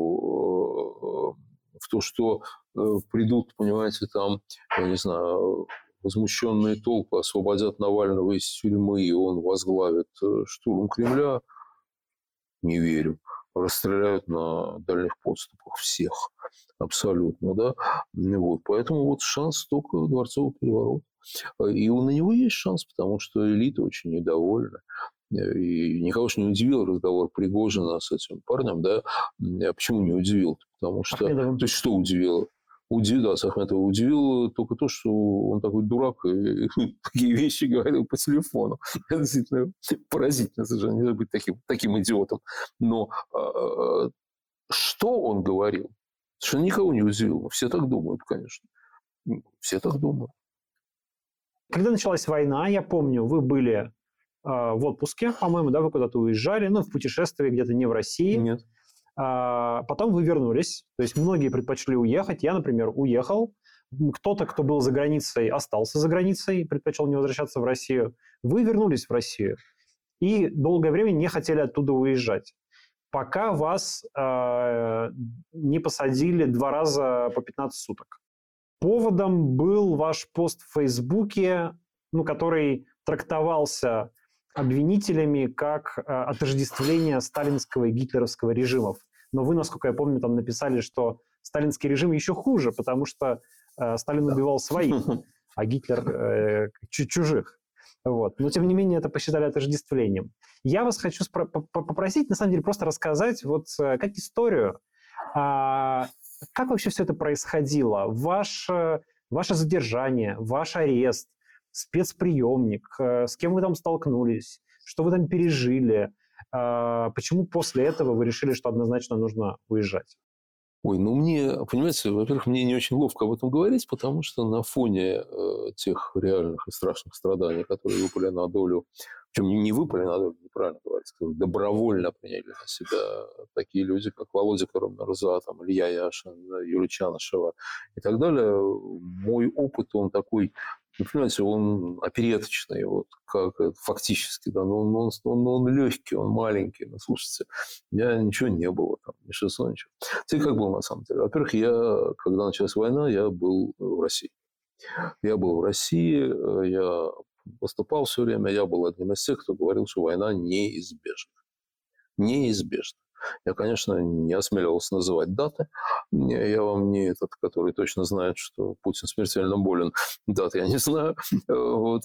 [SPEAKER 2] нету. В то, что придут, понимаете, там, я не знаю, возмущенные толпы освободят Навального из тюрьмы, и он возглавит штурм Кремля, не верю. расстреляют на дальних подступах всех. Абсолютно, да. Вот. Поэтому вот шанс только дворцовый переворот. И на него есть шанс, потому что элита очень недовольна. И никого же не удивил разговор Пригожина с этим парнем, да? Почему не удивил? Потому что...
[SPEAKER 1] Ахмедовым.
[SPEAKER 2] То есть, что удивило? Удивил, да, Ахметова удивило только то, что он такой дурак и такие вещи говорил по телефону. Это действительно поразительно совершенно, нельзя быть таким, таким идиотом. Но э, что он говорил? Совершенно никого не удивило. Все так думают, конечно. Все так думают.
[SPEAKER 1] Когда началась война, я помню, вы были э, в отпуске, по-моему, да, вы куда-то уезжали, ну, в путешествии где-то не в России.
[SPEAKER 2] Нет.
[SPEAKER 1] А потом вы вернулись. То есть многие предпочли уехать. Я, например, уехал. Кто-то, кто был за границей, остался за границей, предпочел не возвращаться в Россию. Вы вернулись в Россию и долгое время не хотели оттуда уезжать, пока вас э, не посадили два раза по пятнадцать суток. Поводом был ваш пост в Фейсбуке, ну, который трактовался обвинителями как э, отождествление сталинского и гитлеровского режимов. Но вы, насколько я помню, там написали, что сталинский режим еще хуже, потому что э, Сталин убивал своих, а Гитлер э, чужих. Вот. Но, тем не менее, это посчитали отождествлением. Я вас хочу спро- попросить, на самом деле, просто рассказать вот э, как историю, э, как вообще все это происходило, ваше, ваше задержание, ваш арест, спецприемник, с кем вы там столкнулись, что вы там пережили, почему после этого вы решили, что однозначно нужно уезжать?
[SPEAKER 2] Ой, ну мне, понимаете, во-первых, мне не очень ловко об этом говорить, потому что на фоне э, тех реальных и страшных страданий, которые выпали на долю, причем не выпали на долю, неправильно говорить, добровольно приняли на себя такие люди, как Володя Карамурза, там, Илья Яшин, Юлия Чанышева и так далее, мой опыт, он такой... Вы понимаете, он опереточный, вот, как фактически, да, но он, он, он, он легкий, он маленький. Ну, слушайте, у меня ничего не было, там, ни шестого, ничего. Ты как был на самом деле? Во-первых, я, когда началась война, я был в России. Я был в России, я выступал все время, я был одним из тех, кто говорил, что война неизбежна. Неизбежна. Я, конечно, не осмеливался называть даты. Я вам не этот, который точно знает, что Путин смертельно болен. Даты я не знаю. Вот.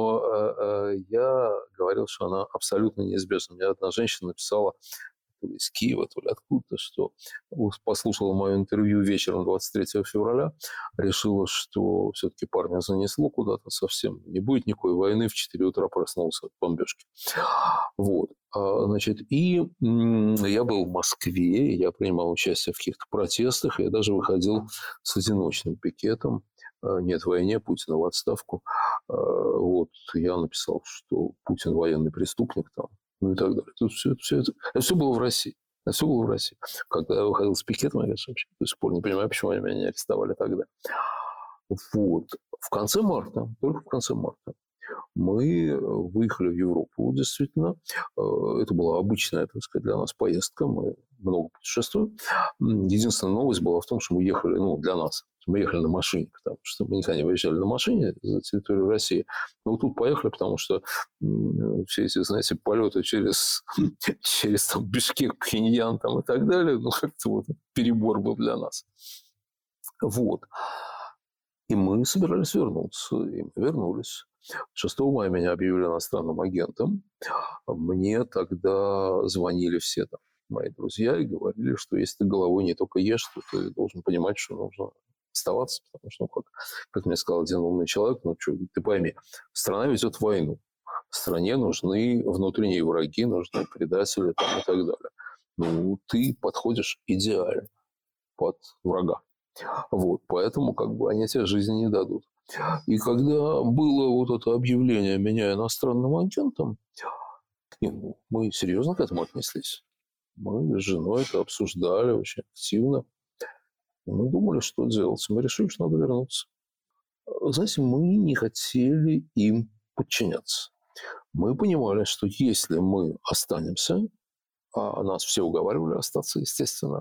[SPEAKER 2] Но я говорил, что она абсолютно неизбежна. Мне одна женщина написала из Киева, то ли откуда-то, что послушала мое интервью вечером двадцать третьего февраля, решила, что все-таки парня занесло куда-то совсем. Не будет никакой войны, в четыре утра проснулся от бомбежки. Вот. Значит, и я был в Москве, я принимал участие в каких-то протестах, я даже выходил с одиночным пикетом. Нет войне, Путина в отставку. Вот. Я написал, что Путин военный преступник там, ну и так далее. Тут все, все это, это все было в России. Это все было в России. Когда я выходил с пикетом, я, конечно, вообще до сих пор не понимаю, почему они меня не арестовали тогда. Вот. В конце марта, только в конце марта, мы выехали в Европу, действительно. Это была обычная, так сказать, для нас поездка. Мы много путешествуем. Единственная новость была в том, что мы ехали, ну, для нас, мы ехали на машине, потому что мы никогда не выезжали на машине за территорию России. Но вот тут поехали, потому что все эти, знаете, полеты через, через там, Бишкек, Пхеньян там, и так далее, ну, как-то вот перебор был для нас. Вот. И мы собирались вернуться. И мы вернулись. шестого мая меня объявили иностранным агентом. Мне тогда звонили все там мои друзья и говорили, что если ты головой не только ешь, то ты должен понимать, что нужно оставаться. Потому что, ну, как, как мне сказал один умный человек, ну, что, ты пойми, страна ведет войну. Стране нужны внутренние враги, нужны предатели там, и так далее. Ну, ты подходишь идеально под врага. Вот, поэтому как бы они тебе жизни не дадут. И когда было вот это объявление меня иностранным агентом, мы серьезно к этому отнеслись. Мы с женой это обсуждали очень активно. Мы думали, что делать. Мы решили, что надо вернуться. Знаете, мы не хотели им подчиняться. Мы понимали, что если мы останемся, а нас все уговаривали остаться, естественно,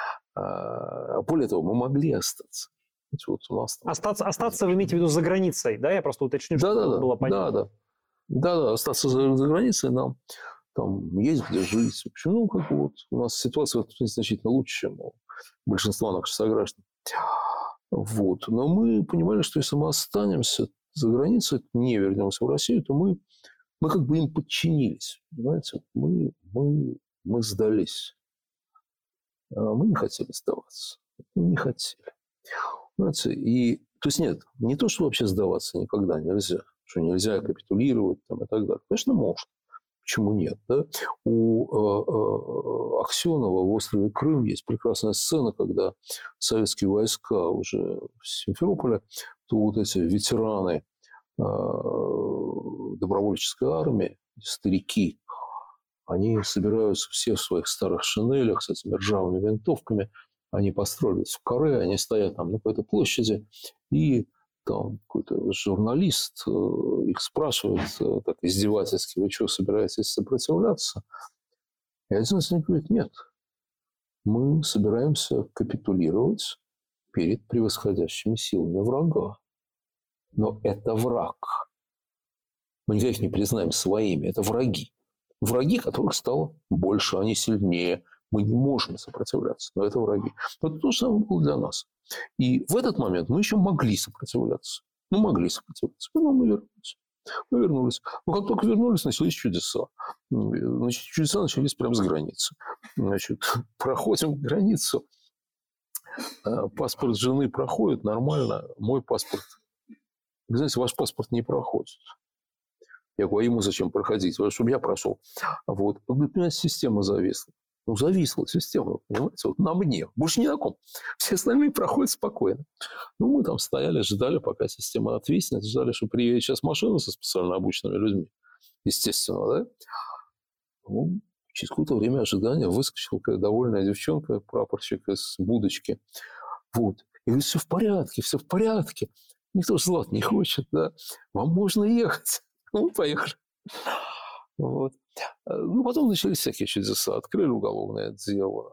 [SPEAKER 2] а более того, мы могли остаться. Вот у нас там...
[SPEAKER 1] остаться, остаться вы имеете в виду за границей, да? Я просто уточню,
[SPEAKER 2] да,
[SPEAKER 1] чтобы
[SPEAKER 2] да,
[SPEAKER 1] было понятно.
[SPEAKER 2] Да, да. Да, да, остаться за, за границей нам там есть где жить. В общем, ну, как бы вот у нас ситуация значительно лучше, чем у большинства наших сограждан. Вот. Но мы понимали, что если мы останемся за границей, не вернемся в Россию, то мы, мы как бы им подчинились. Понимаете? Мы, мы, мы сдались. А мы не хотели сдаваться. Не хотели. Понимаете? И, то есть нет, не то, что вообще сдаваться никогда нельзя. Что нельзя капитулировать там, и так далее. Конечно, можно. Почему нет? Да? У э, э, Аксенова в острове Крым есть прекрасная сцена, когда советские войска уже в Симферополе, то вот эти ветераны э, добровольческой армии, старики, они собираются все в своих старых шинелях с этими ржавыми винтовками, они построились в каре, они стоят там на какой-то площади, и там какой-то журналист их спрашивает так издевательски: вы что, собираетесь сопротивляться? И один из них говорит: нет, мы собираемся капитулировать перед превосходящими силами врага. Но это враг. Мы никак их не признаем своими, это враги. Враги, которых стало больше, они сильнее. Мы не можем сопротивляться, но это враги. Но это то же самое было для нас. И в этот момент мы еще могли сопротивляться. Мы могли сопротивляться. Но мы вернулись. Мы вернулись. Но как только вернулись, начались чудеса. Значит, чудеса начались прямо с границы. Значит, проходим границу. Паспорт жены проходит нормально. Мой паспорт... Вы знаете, ваш паспорт не проходит. Я говорю: а ему зачем проходить? Чтобы я прошел. Вот. У меня система зависла. Ну, зависла система, понимаете, вот на мне. Больше ни на ком. Все остальные проходят спокойно. Ну, мы там стояли, ждали, пока система отвиснет. Ждали, что приедет сейчас машина со специально обученными людьми. Естественно, да? Ну, через какое-то время ожидания выскочила какая-то довольная девчонка, прапорщик из будочки. Вот. И говорит: все в порядке, все в порядке. Никто же злат не хочет, да? Вам можно ехать. Ну, поехали. Вот. Ну, потом начались всякие чудеса. Открыли уголовное дело.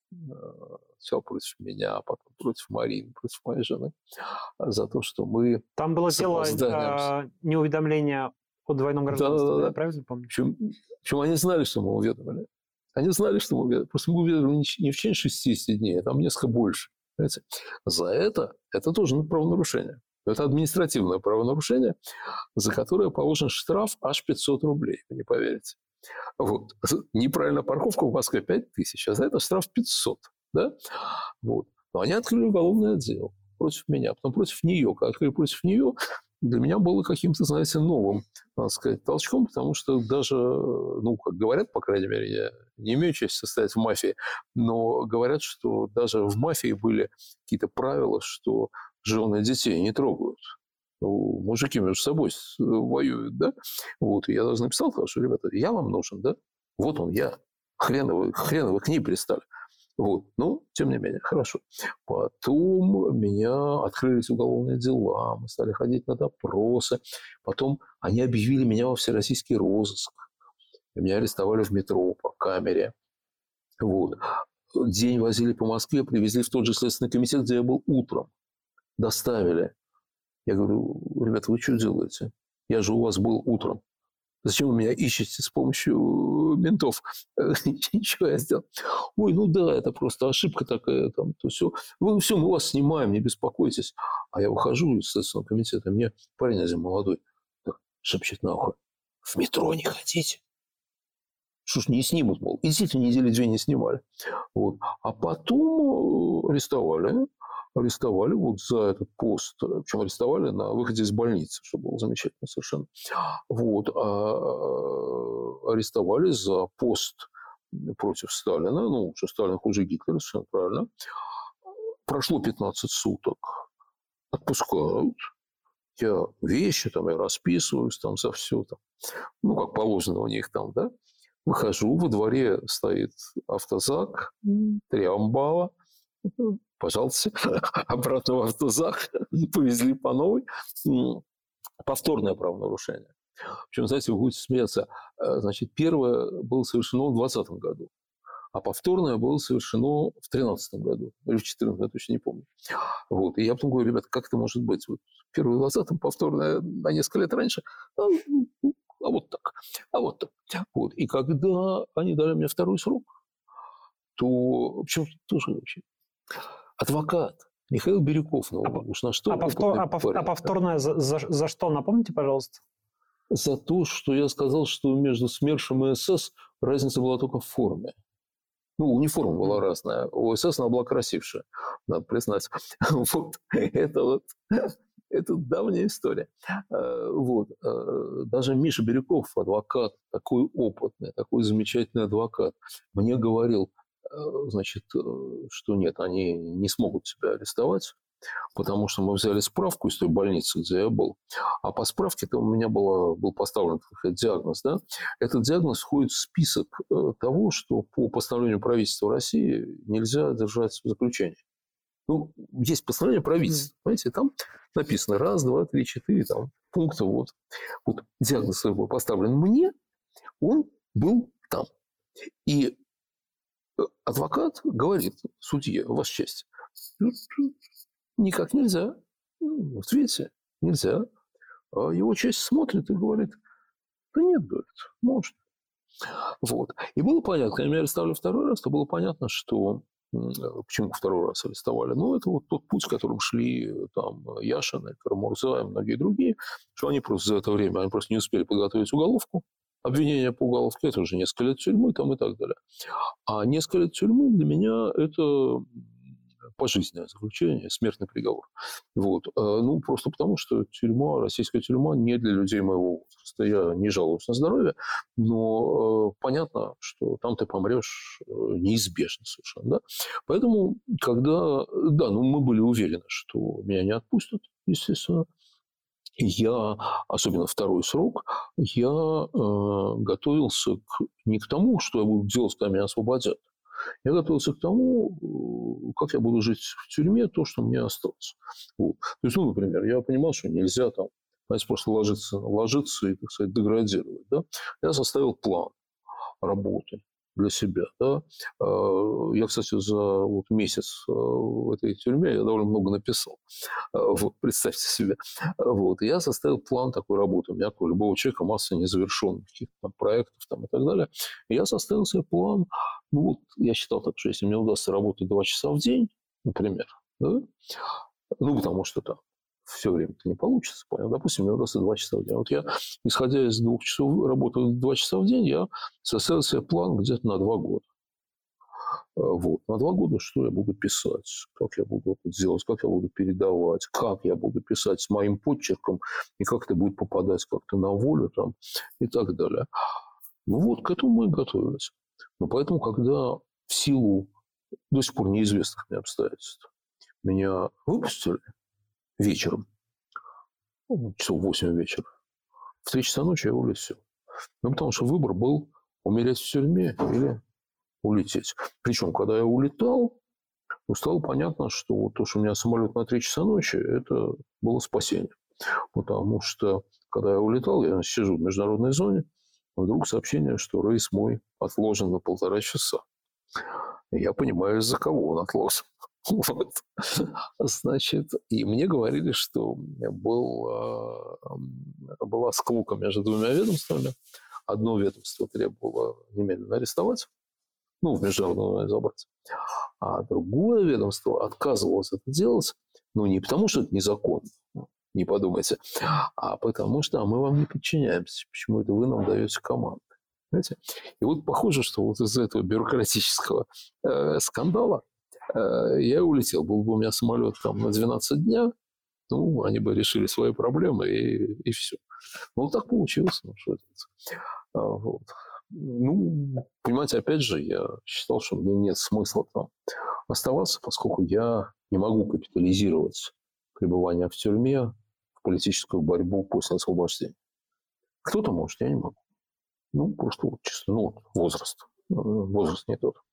[SPEAKER 2] Сначала против меня, а потом против Марины, против моей жены. За то, что мы...
[SPEAKER 1] Там было дело э, неуведомления о двойном гражданстве, да, да, да. Я правильно помню?
[SPEAKER 2] Причем, причем они знали, что мы уведомили. Они знали, что мы уведомили. Просто мы уведомили не в течение шестидесяти дней, а там несколько больше. Понимаете? За это, это тоже правонарушение. Это административное правонарушение, за которое положен штраф аж пятьсот рублей, вы не поверите. Вот. Неправильная парковка в Москве пять тысяч, а за это штраф пятьсот. Да? Вот. Но они открыли уголовное дело против меня, потом против нее. Когда открыли против нее, для меня было каким-то, знаете, новым, надо сказать, толчком, потому что даже, ну, как говорят, по крайней мере, я не имею чести состоять в мафии, но говорят, что даже в мафии были какие-то правила, что жены детей не трогают. Ну, мужики между собой воюют, да? Вот, и я даже написал, что, ребята, я вам нужен, да? Вот он, я. Хрен вы, хрен вы к ней пристали. Вот. Ну, тем не менее, хорошо. Потом меня открылись уголовные дела, мы стали ходить на допросы. Потом они объявили меня во всероссийский розыск. Меня арестовали в метро по камере. Вот. День возили по Москве, привезли в тот же Следственный комитет, где я был утром. Доставили. Я говорю: ребята, вы что делаете? Я же у вас был утром. Зачем вы меня ищете с помощью ментов? Ничего я сделал. Ой, ну да, это просто ошибка такая. Там, то все. Вы, все, мы вас снимаем, не беспокойтесь. А я выхожу из Следственного комитета, мне парень один молодой так шепчет на ухо: в метро не ходите. Что ж, не снимут, мол. И действительно, недели две не снимали. Вот. А потом арестовали. Арестовали вот за этот пост. Причем арестовали на выходе из больницы, что было замечательно совершенно. Вот. А арестовали за пост против Сталина. Ну, что Сталин хуже Гитлера, совершенно правильно. Прошло пятнадцать суток. Отпускают. Я вещи, там, я расписываюсь там за все. Там. Ну, как положено у них там, да. Выхожу, во дворе стоит автозак, три амбала. Пожалуйста, обратно в автозак. Повезли по новой. Повторное правонарушение. Причем, знаете, вы будете смеяться. Значит, первое было совершено в двадцатом году. А повторное было совершено в тринадцатом году. Или в четырнадцатом, я точно не помню. Вот. И я потом говорю: ребята, как это может быть? Вот первое в двадцатом, повторное на несколько лет раньше. а вот так, а вот так. Вот. И когда они дали мне второй срок, то, причем тоже вообще, адвокат Михаил Бирюков, ну
[SPEAKER 1] А, по-
[SPEAKER 2] уж на что
[SPEAKER 1] а, повтор-
[SPEAKER 2] опытный
[SPEAKER 1] а пов- а
[SPEAKER 2] парень, да?
[SPEAKER 1] повторное за, за- за что? Напомните, пожалуйста.
[SPEAKER 2] За то, что я сказал, что между СМЕРШем и СС разница была только в форме. Ну, униформа была
[SPEAKER 1] М.
[SPEAKER 2] разная. У СС она была красивше, надо признать. Вот. Это вот это давняя история. Э, Вот. Э, Даже Миша Бирюков, адвокат, такой опытный, такой замечательный адвокат, мне говорил, э, значит, э, что нет, они не смогут тебя арестовать, потому что мы взяли справку из той больницы, где я был. А по справке-то у меня было, был поставлен такой диагноз. Да? Этот диагноз входит в список э, того, что по постановлению правительства России нельзя держать в заключении. Ну, есть постановление правительства, понимаете, там написано раз, два, три, четыре, там пункта, вот. Вот диагноз был поставлен мне, он был там. И адвокат говорит судье, ваша честь, никак нельзя. Вот видите, нельзя. А его честь смотрит и говорит, да нет, говорит, может. Вот. И было понятно, когда меня арестовали второй раз, то было понятно, что почему второй раз арестовали. Ну, это вот тот путь, которым шли там Яшин, Карамурза и многие другие, что они просто за это время, они просто не успели подготовить уголовку, обвинение по уголовке, это уже несколько лет тюрьмы там и так далее. А несколько лет тюрьмы для меня это пожизненное заключение, смертный приговор. Вот. Ну, просто потому, что тюрьма, российская тюрьма не для людей моего возраста. Я не жалуюсь на здоровье, но понятно, что там ты помрешь неизбежно совершенно. Да? Поэтому, когда... Да, ну, мы были уверены, что меня не отпустят, естественно. Я, особенно второй срок, я э, готовился к, не к тому, что я буду делать, когда меня освободят. Я готовился к тому, как я буду жить в тюрьме, то, что мне осталось. Вот. То есть, ну, например, я понимал, что нельзя там, знаете, просто ложиться, ложиться и, так сказать, деградировать. Да? Я составил план работы для себя. Да? Я, кстати, за вот месяц в этой тюрьме я довольно много написал. Вот, представьте себе. Вот. Я составил план такой работы. У меня, как у любого человека, масса незавершенных каких-то там проектов там, и так далее. И я составил себе план. Ну, вот, я считал так, что если мне удастся работать два часа в день, например, да? Ну, потому что там все время-то не получится. Понял? Допустим, мне удастся два часа в день. Вот я, исходя из двух часов работы два часа в день, я составил себе план где-то на два года. Вот. На два года что я буду писать, как я буду это делать, как я буду передавать, как я буду писать с моим подчерком, и как это будет попадать как-то на волю там, и так далее. Ну вот, к этому мы и готовились. Но поэтому, когда в силу до сих пор неизвестных мне обстоятельств меня выпустили вечером, ну, часов восемь вечера, в три часа ночи я улетел. Ну, потому что выбор был умереть в тюрьме или улететь. Причем, когда я улетал, ну, стало понятно, что то, что у меня самолет на три часа ночи, это было спасение. Потому что, когда я улетал, я сижу в международной зоне, вдруг сообщение, что рейс мой отложен на полтора часа. И я понимаю, из-за кого он отложен. Вот. Значит, и мне говорили, что был, была склока между двумя ведомствами. Одно ведомство требовало немедленно арестовать, ну, в международную забрать. А другое ведомство отказывалось это делать, ну, не потому, что это незаконно, не подумайте, а потому что а мы вам не подчиняемся. Почему это вы нам даете команды? Знаете? И вот похоже, что вот из-за этого бюрократического э, скандала э, я улетел. Был бы у меня самолет там на двенадцать дня, ну, они бы решили свои проблемы, и, и все. Ну, вот так получилось. Ну, что это? А, вот. Ну, понимаете, опять же, я считал, что мне нет смысла там оставаться, поскольку я не могу капитализировать пребывание в тюрьме в политическую борьбу после освобождения. Кто-то может, я не могу. Ну, просто вот чисто, ну, вот, возраст. Возраст не тот.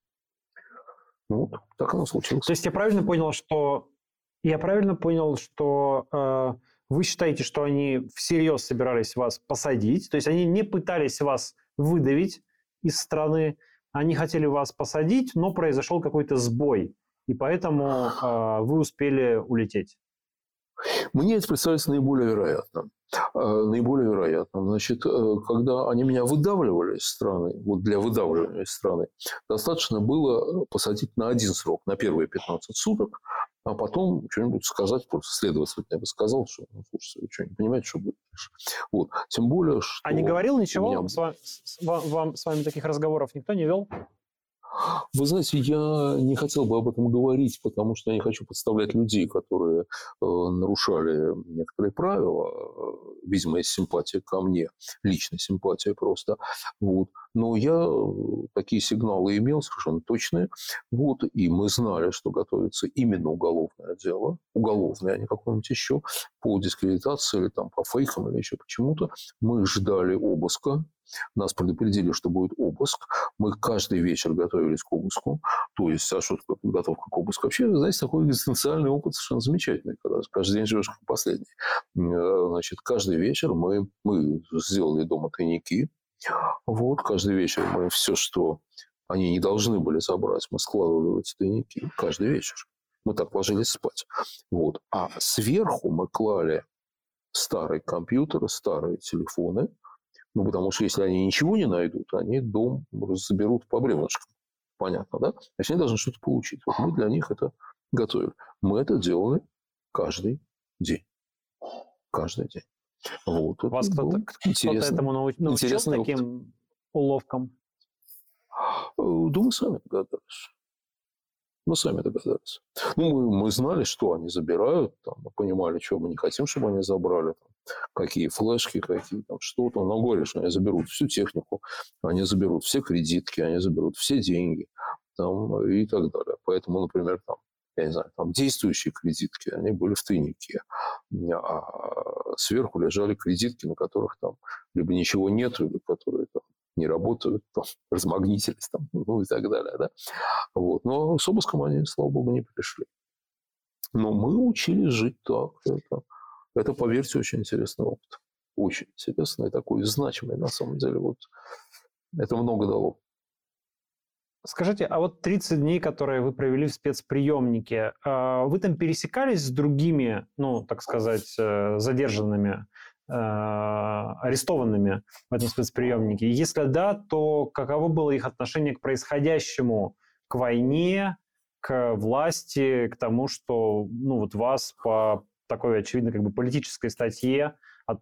[SPEAKER 2] Ну, вот, так оно случилось.
[SPEAKER 1] То есть я правильно понял, что я правильно понял, что э, вы считаете, что они всерьез собирались вас посадить, то есть они не пытались вас выдавить из страны, они хотели вас посадить, но произошел какой-то сбой, и поэтому э, вы успели улететь.
[SPEAKER 2] Мне это представляется наиболее вероятным. Наиболее вероятным. Значит, когда они меня выдавливали из страны, вот для выдавливания из страны, достаточно было посадить на один срок, на первые пятнадцать суток, а потом что-нибудь сказать, просто следователь мне бы сказал, что, ну, слушайте, вы что, не понимаете, что будет дальше. Вот. Тем более, что...
[SPEAKER 1] А не говорил ничего?
[SPEAKER 2] Меня...
[SPEAKER 1] С, вами, с, вам, с вами таких разговоров никто не вел?
[SPEAKER 2] Вы знаете, я не хотел бы об этом говорить, потому что я не хочу подставлять людей, которые э, нарушали некоторые правила, э, видимо, из симпатии ко мне, личной симпатии просто. Вот. Но я такие сигналы имел совершенно точные. Вот. И мы знали, что готовится именно уголовное дело, уголовное, а не какое-нибудь еще, по дискредитации или там, по фейкам или еще почему-то. Мы ждали обыска. Нас предупредили, что будет обыск. Мы каждый вечер готовились к обыску. То есть, а что такое подготовка к обыску? Вообще, знаете, такой экзистенциальный опыт совершенно замечательный, когда каждый день живешь как последний. Значит, каждый вечер мы, мы сделали дома тайники. Вот, каждый вечер мы все, что они не должны были собрать, мы складывали в эти тайники. Каждый вечер. Мы так ложились спать. Вот. А сверху мы клали старые компьютеры, старые телефоны. Ну, потому что если они ничего не найдут, они дом заберут по бревнышкам. Понятно, да? Значит, они должны что-то получить. Вот мы для них это готовили. Мы это делали каждый день. Каждый день. Вот.
[SPEAKER 1] Вас кто-то, кто-то этому научил, таким опыт. Уловкам?
[SPEAKER 2] Да мы сами догадались. Мы сами догадались. Ну, мы, мы знали, что они забирают. Там, мы понимали, что мы не хотим, чтобы они забрали. Там, какие флешки, какие там что-то. Но говорили, что они заберут всю технику. Они заберут все кредитки. Они заберут все деньги. Там, и так далее. Поэтому, например, там, я не знаю, там действующие кредитки, они были в тайнике. А сверху лежали кредитки, на которых там либо ничего нет, либо которые там не работают, там, размагнитились, там, ну и так далее. Да? Вот. Но с обыском они, слава богу, не пришли. Но мы учились жить так. Это, это, поверьте, очень интересный опыт. Очень интересный и такой значимый, на самом деле. Вот. Это много дало.
[SPEAKER 1] Скажите, а вот тридцать дней, которые вы провели в спецприемнике, вы там пересекались с другими, ну, так сказать, задержанными, арестованными в этом спецприемнике? Если да, то каково было их отношение к происходящему, к войне, к власти, к тому, что, ну, вот вас по такой, очевидно, как бы политической статье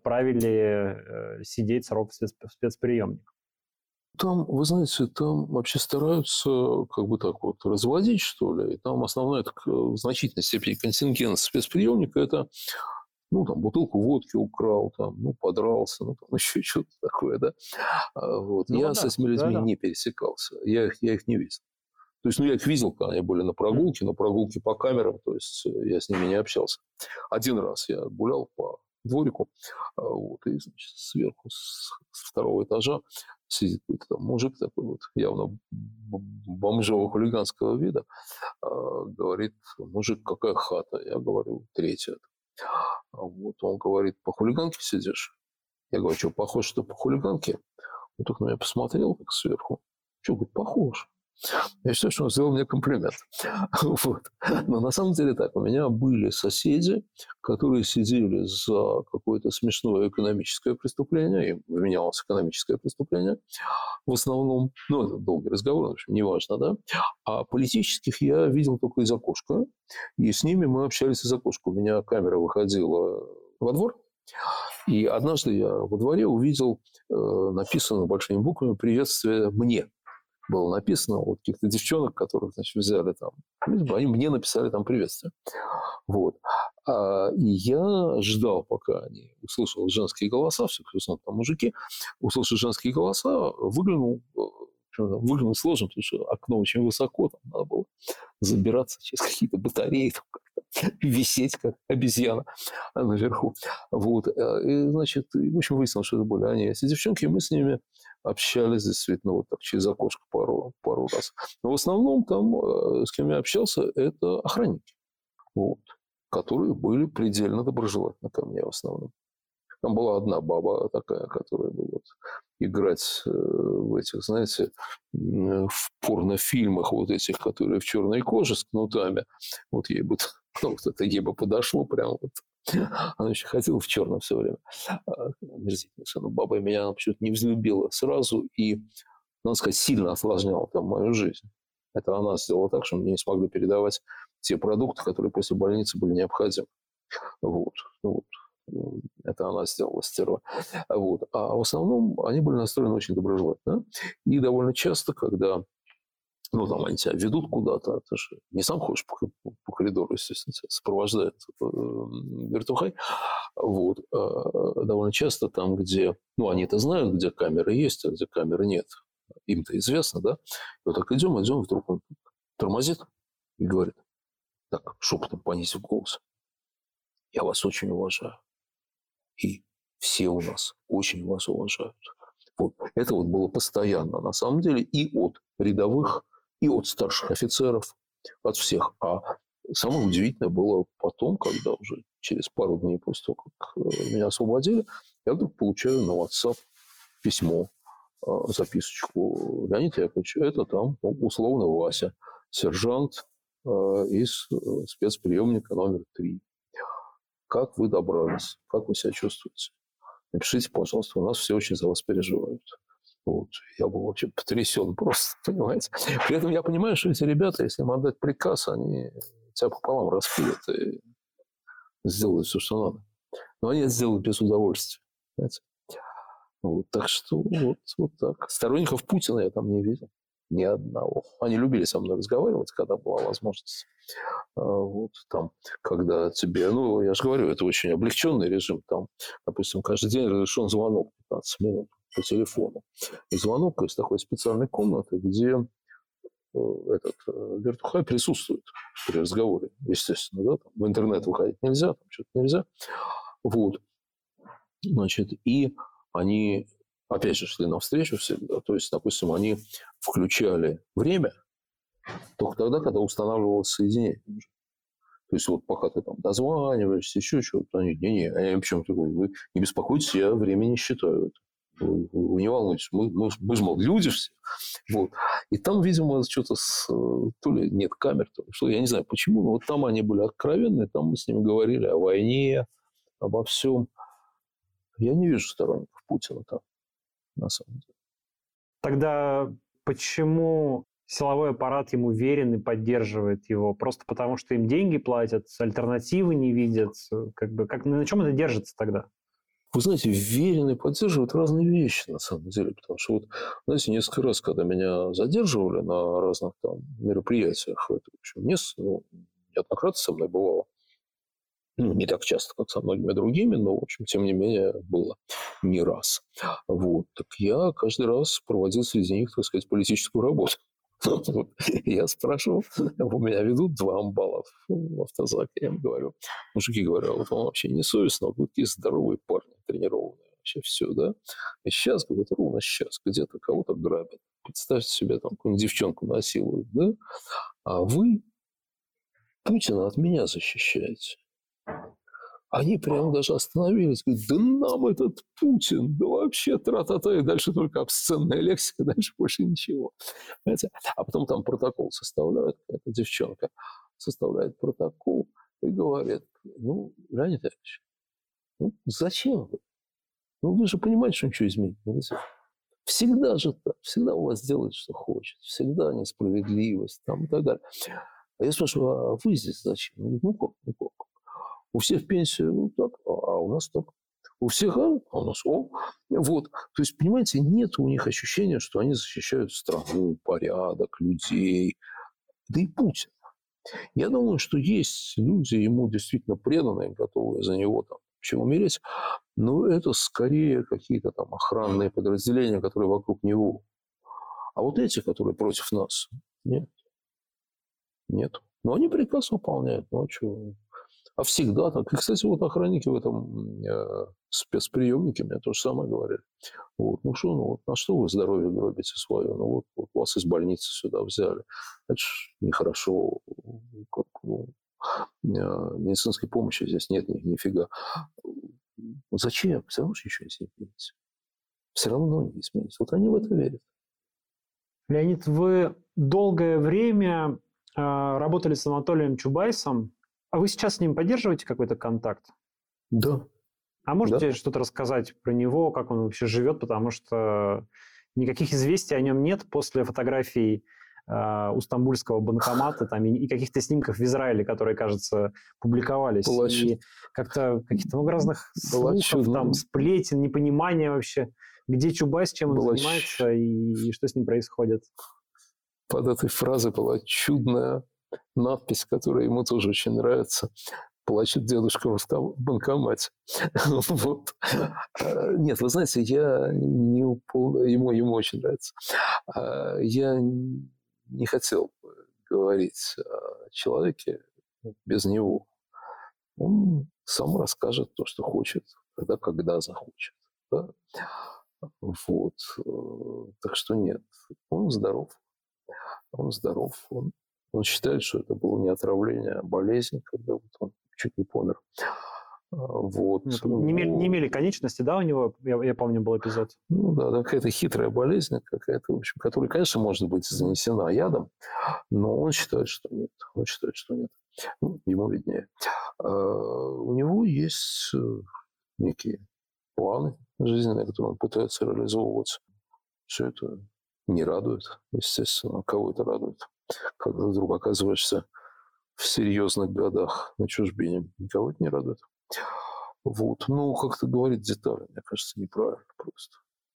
[SPEAKER 1] отправили сидеть срок в, спец, в спецприемник?
[SPEAKER 2] Там, вы знаете, там вообще стараются как бы так вот разводить, что ли. И там основная так, в значительной степени контингент спецприемника – это, ну, там, бутылку водки украл, там, ну, подрался, ну, там, еще что-то такое, да. Вот. Ну, я да, с этими людьми да, да. не пересекался. Я их, я их не видел. То есть, ну, я их видел, когда они были на прогулке, но прогулки по камерам, то есть, я с ними не общался. Один раз я гулял по дворику, вот, и, значит, сверху, с второго этажа сидит какой-то там мужик такой вот, явно бомжово-хулиганского вида, говорит: мужик, какая хата? Я говорю: третья. Вот, он говорит: по хулиганке сидишь? Я говорю: что, похож, что по хулиганке? Он только на меня посмотрел так сверху. Что, говорит, похож. Я считаю, что он сделал мне комплимент. Вот. Но на самом деле так. У меня были соседи, которые сидели за какое-то смешное экономическое преступление. Им вменялось экономическое преступление. В основном, ну, это долгий разговор, в общем, неважно, да. А политических я видел только из окошка. И с ними мы общались из окошка. У меня камера выходила во двор. И однажды я во дворе увидел э, написано большими буквами «Приветствие мне». Было написано вот каких-то девчонок, которых, значит, взяли там. Они мне написали там приветствие. Вот. А, и я ждал, пока они услышал женские голоса, все, в основном там мужики, услышал женские голоса, выглянул, выглянул сложно, потому что окно очень высоко, там надо было забираться через какие-то батареи, там, как-то висеть, как обезьяна наверху. Вот. И, значит, в общем, выяснилось, что это были они. Эти девчонки, мы с ними общались действительно вот так через окошко пару, пару раз. Но в основном там, с кем я общался, это охранники, вот, которые были предельно доброжелательны ко мне в основном. Там была одна баба такая, которая бы вот играть в этих, знаете, в порнофильмах вот этих, которые в черной коже с кнутами. Вот ей бы, ну, вот это ей бы подошло прямо вот Она еще ходила в черном все время. Омерзительно. Но баба меня она почему-то не взлюбила сразу и, надо сказать, сильно осложняла там мою жизнь. Это она сделала так, что мне не смогли передавать те продукты, которые после больницы были необходимы. Вот. Вот. Это она сделала, стерва. Вот. А в основном они были настроены очень доброжелательно. И довольно часто, когда ну, там они тебя ведут куда-то, ты же не сам ходишь по, по коридору, естественно, тебя сопровождает э, вертухай. Вот. А довольно часто там, где... Ну, они-то знают, где камеры есть, а где камеры нет. Им-то известно, да? И вот так идем, идем, вдруг он тормозит и говорит, так, шепотом понизив голос, я вас очень уважаю. И все у нас очень вас уважают. Вот. Это вот было постоянно, на самом деле, и от рядовых, и от старших офицеров, от всех. А самое удивительное было потом, когда уже через пару дней после того, как меня освободили, я вдруг получаю на WhatsApp письмо, записочку. Леонид Яковлевич, это там условно Вася, сержант из спецприемника номер три. Как вы добрались? Как вы себя чувствуете? Напишите, пожалуйста, у нас все очень за вас переживают. Вот. Я был вообще потрясен просто, понимаете. При этом я понимаю, что эти ребята, если им отдать приказ, они тебя пополам распилят и сделают все, что надо. Но они это сделают без удовольствия. Понимаете? Вот. Так что вот, вот так. Сторонников Путина я там не видел. Ни одного. Они любили со мной разговаривать, когда была возможность. Вот там, когда тебе... Ну, я же говорю, это очень облегченный режим. Там, допустим, каждый день разрешен звонок пятнадцать минут по телефону. И звонок из такой специальной комнаты, где этот вертухай присутствует при разговоре, естественно. Да? Там, в интернет выходить нельзя, там что-то нельзя. Вот. Значит, и они... Опять же, шли навстречу всегда. То есть, допустим, они включали время только тогда, когда устанавливалось соединение. То есть, вот пока ты там дозваниваешься, еще что-то, они, не-не, а почему такой, вы не беспокойтесь, я время не считаю. Вы, вы не волнуйтесь, мы, мы, мы же, мол, люди все. Вот. И там, видимо, что-то с... То ли нет камер, то ли что, я не знаю почему, но вот там они были откровенны, там мы с ними говорили о войне, обо всем. Я не вижу сторонников Путина там. На самом деле.
[SPEAKER 1] Тогда почему силовой аппарат ему верен и поддерживает его? Просто потому, что им деньги платят, альтернативы не видят? Как бы, как, на чем это держится тогда?
[SPEAKER 2] Вы знаете, верен и поддерживают разные вещи, на самом деле. Потому что, вот, знаете, несколько раз, когда меня задерживали на разных там мероприятиях, это, в общем, не, ну, неоднократно со мной бывало. Ну, не так часто, как со многими другими, но, в общем, тем не менее, было не раз. Вот. Так я каждый раз проводил среди них, так сказать, политическую работу. Я спрашивал, у меня ведут два амбала в автозаке, я им говорю, мужики, говорю, а вот вам вообще не совестно, вот такие здоровые парни, тренированные, вообще все, да? И сейчас, говорят, ровно сейчас где-то кого-то грабят. Представьте себе, там, какую-нибудь девчонку насилуют, да? А вы Путина от меня защищаете. Они прямо даже остановились. Говорят, да нам этот Путин, да вообще тра-та-та. И дальше только обсценная лексика, дальше больше ничего. Понимаете? А потом там протокол составляют. Эта девчонка составляет протокол и говорит, ну, Леонид Ильич, ну, зачем вы? Ну, вы же понимаете, что ничего изменить нельзя. Всегда же так. Всегда у вас делают, что хочет. Всегда несправедливость там, и так далее. А я спрашиваю, а вы здесь зачем? Ну, как, ну, как? У всех пенсия, ну, так, а у нас так. У всех, а, а у нас, о. Вот. То есть, понимаете, нет у них ощущения, что они защищают страну, порядок, людей. Да и Путин. Я думаю, что есть люди, ему действительно преданные, готовые за него там чем умереть. Но это скорее какие-то там охранные подразделения, которые вокруг него. А вот эти, которые против нас, нет. Нет. Но они приказ выполняют. Ну, а что? А всегда так. И, кстати, вот охранники в этом э, спецприемнике мне то же самое говорили. Вот. Ну что, ну вот на что вы здоровье гробите свое? Ну вот, вот вас из больницы сюда взяли. Это ж нехорошо. Как, ну, э, медицинской помощи здесь нет ни, нифига. Зачем? Все равно ничего не изменится. Все равно не изменится. Вот они в это верят.
[SPEAKER 1] Леонид, вы долгое время э, работали с Анатолием Чубайсом. А вы сейчас с ним поддерживаете какой-то контакт?
[SPEAKER 2] Да,
[SPEAKER 1] А
[SPEAKER 2] да.
[SPEAKER 1] можете что-то рассказать про него, как он вообще живет, потому что никаких известий о нем нет после фотографий э, у стамбульского банкомата там, и, и каких-то снимков в Израиле, которые, кажется, публиковались.
[SPEAKER 2] Была, чу-
[SPEAKER 1] И как-то каких-то много разных
[SPEAKER 2] была,
[SPEAKER 1] слухов, там,
[SPEAKER 2] чудная,
[SPEAKER 1] сплетен, непонимания вообще, где Чубайс, чем он
[SPEAKER 2] была
[SPEAKER 1] занимается и, и что с ним происходит.
[SPEAKER 2] под этой фразой была чудная надпись, которая ему тоже очень нравится. Плачет дедушка в банкомате. Вот. Нет, вы знаете, я не упол... ему, ему очень нравится. Я не хотел говорить о человеке без него. Он сам расскажет то, что хочет, тогда, когда захочет. Да? Вот. Так что нет, он здоров. Он здоров. Он, он считает, что это было не отравление, а болезнь, когда вот он чуть не помер. Вот.
[SPEAKER 1] Нет, не, имели, не имели конечности, да, у него, я, я помню, был эпизод.
[SPEAKER 2] Ну да, какая-то хитрая болезнь, какая-то, в общем, которая, конечно, может быть занесена ядом, но он считает, что нет. Он считает, что нет. Ну, ему виднее. А у него есть некие планы жизненные, которые он пытается реализовывать. Все это не радует, естественно. Кого это радует? Когда вдруг оказываешься в серьезных годах на чужбине. Никого это не радует. Вот. Ну, как-то говорить детали, мне кажется, неправильно просто.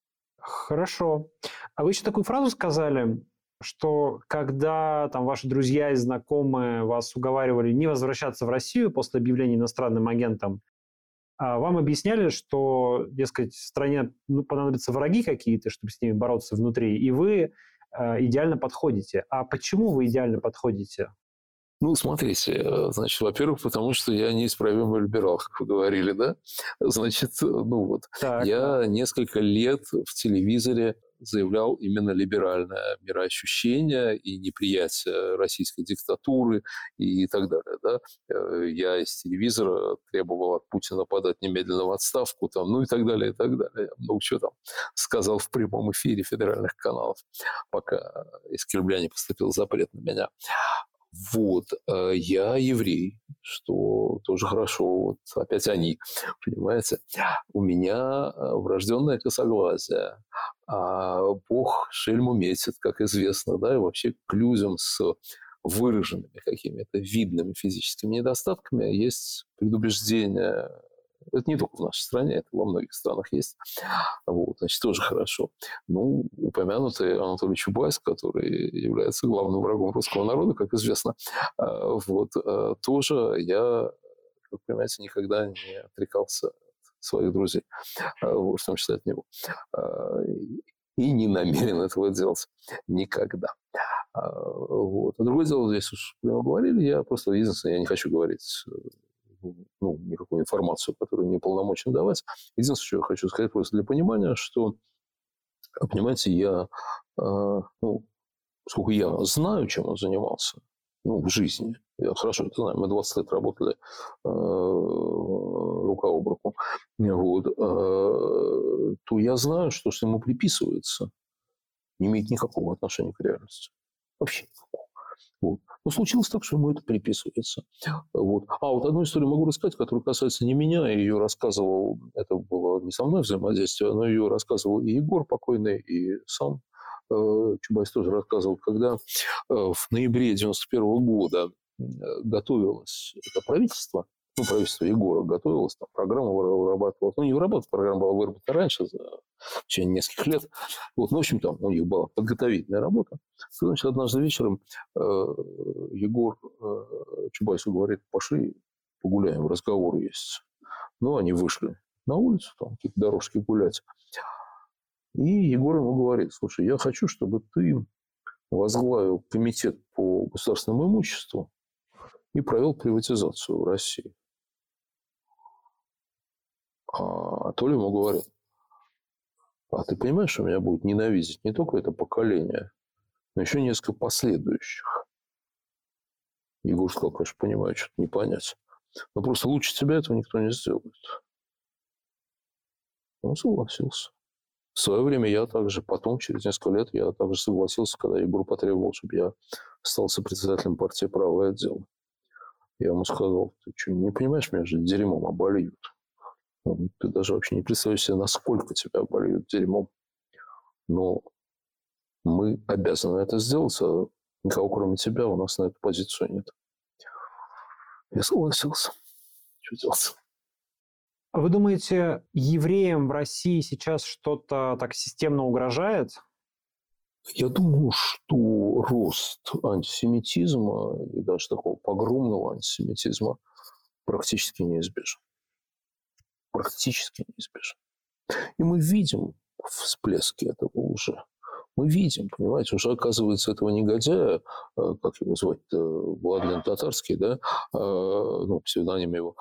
[SPEAKER 1] Хорошо. А вы еще такую фразу сказали, что когда там ваши друзья и знакомые вас уговаривали не возвращаться в Россию после объявления иностранным агентом, вам объясняли, что, дескать, стране ну, понадобятся враги какие-то, чтобы с ними бороться внутри, и вы э, идеально подходите. А почему вы идеально подходите?
[SPEAKER 2] Ну, смотрите, значит, во-первых, потому что я неисправимый либерал, как вы говорили, да? Значит, ну вот,
[SPEAKER 1] Так,
[SPEAKER 2] я
[SPEAKER 1] да.
[SPEAKER 2] несколько лет в телевизоре заявлял именно либеральное мироощущение и неприятие российской диктатуры и так далее, да? Я из телевизора требовал от Путина подать немедленно в отставку, там, ну и так далее, и так далее. Я много чего там сказал в прямом эфире федеральных каналов, пока из Кремля не поступил запрет на меня. Вот, я еврей, что тоже хорошо, вот опять они, понимаете. У меня врожденное косоглазие, а Бог шельму метит, как известно, да, и вообще к людям с выраженными какими-то видными физическими недостатками есть предубеждение. Это не только в нашей стране, это во многих странах есть. Вот, значит, тоже хорошо. Ну, упомянутый Анатолий Чубайс, который является главным врагом русского народа, как известно, вот, тоже я, как вы понимаете, никогда не отрекался от своих друзей, вот, в том числе от него. И не намерен этого делать никогда. Вот. А другое дело, здесь уж прямо говорили, я просто, единственное, я не хочу говорить ну, никакую информацию, которую не полномочен давать. Единственное, что я хочу сказать просто для понимания, что, понимаете, я, э, ну, сколько я знаю, чем он занимался, ну, в жизни, я хорошо это знаю, мы двадцать лет работали э, рука об руку, вот, э, то я знаю, что, что ему приписывается, не имеет никакого отношения к реальности. Вообще никакого. Вот. Но случилось так, что ему это приписывается. Вот. А вот одну историю могу рассказать, которая касается не меня. Ее рассказывал, это было не со мной взаимодействие, но ее рассказывал и Егор покойный, и сам э, Чубайс тоже рассказывал, когда э, в ноябре девяносто первого года готовилось это правительство, ну, правительство Егора готовилось, там программа вырабатывалась. Ну, не вырабатывалась, программа была выработана раньше, за, в течение нескольких лет. Вот, ну, в общем, там у них была подготовительная работа. Значит, однажды вечером э, Егор э, Чубайсу говорит, пошли погуляем, разговор есть. Ну, они вышли на улицу, там какие-то дорожки гулять. И Егор ему говорит, слушай, я хочу, чтобы ты возглавил комитет по государственному имуществу и провел приватизацию в России. А Толя ему говорит, а ты понимаешь, что меня будут ненавидеть не только это поколение, но еще несколько последующих. Егор сказал, конечно, понимаю, что-то не понять. Но просто лучше тебя этого никто не сделает. Он согласился. В свое время я также, потом, через несколько лет, я также согласился, когда Егор потребовал, чтобы я стал сопредседателем партии «Правое дело». Я ему сказал, ты что, не понимаешь, меня же дерьмом обольют. Ну, ты даже вообще не представляешь себе, насколько тебя обольют дерьмом. Но мы обязаны это сделать, а никого, кроме тебя, у нас на эту позицию нет. Я согласился. Что делать?
[SPEAKER 1] А вы думаете, евреям в России сейчас что-то так системно угрожает?
[SPEAKER 2] Я думаю, что рост антисемитизма и даже такого погромного антисемитизма практически неизбежен. Практически неизбежен. И мы видим всплески этого уже. Мы видим, понимаете, уже, оказывается, этого негодяя, как его звать, Владлен Татарский, да, ну, псевдоним его,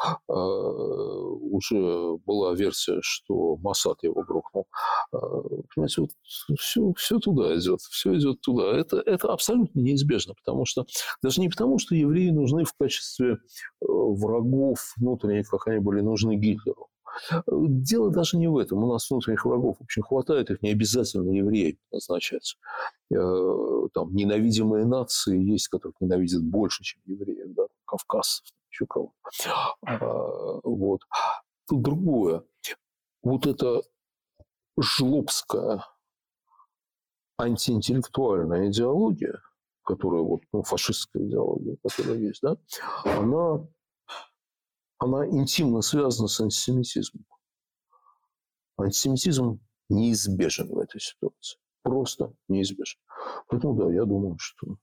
[SPEAKER 2] уже была версия, что Моссад его грохнул. Понимаете, вот все, все туда идет, все идет туда. Это, это абсолютно неизбежно, потому что даже не потому, что евреи нужны в качестве врагов внутренних, как они были нужны Гитлеру. Дело даже не в этом. У нас внутренних врагов очень хватает, их не обязательно евреи назначать. Там ненавидимые нации есть, которых ненавидят больше, чем евреев, да? Кавказцев, еще кого. Вот. Тут другое. Вот эта жлобская антиинтеллектуальная идеология, которая вот, ну, фашистская идеология, которая есть, да, она она интимно связана с антисемитизмом. Антисемитизм неизбежен в этой ситуации. Просто неизбежен. Поэтому, да, я думаю, что...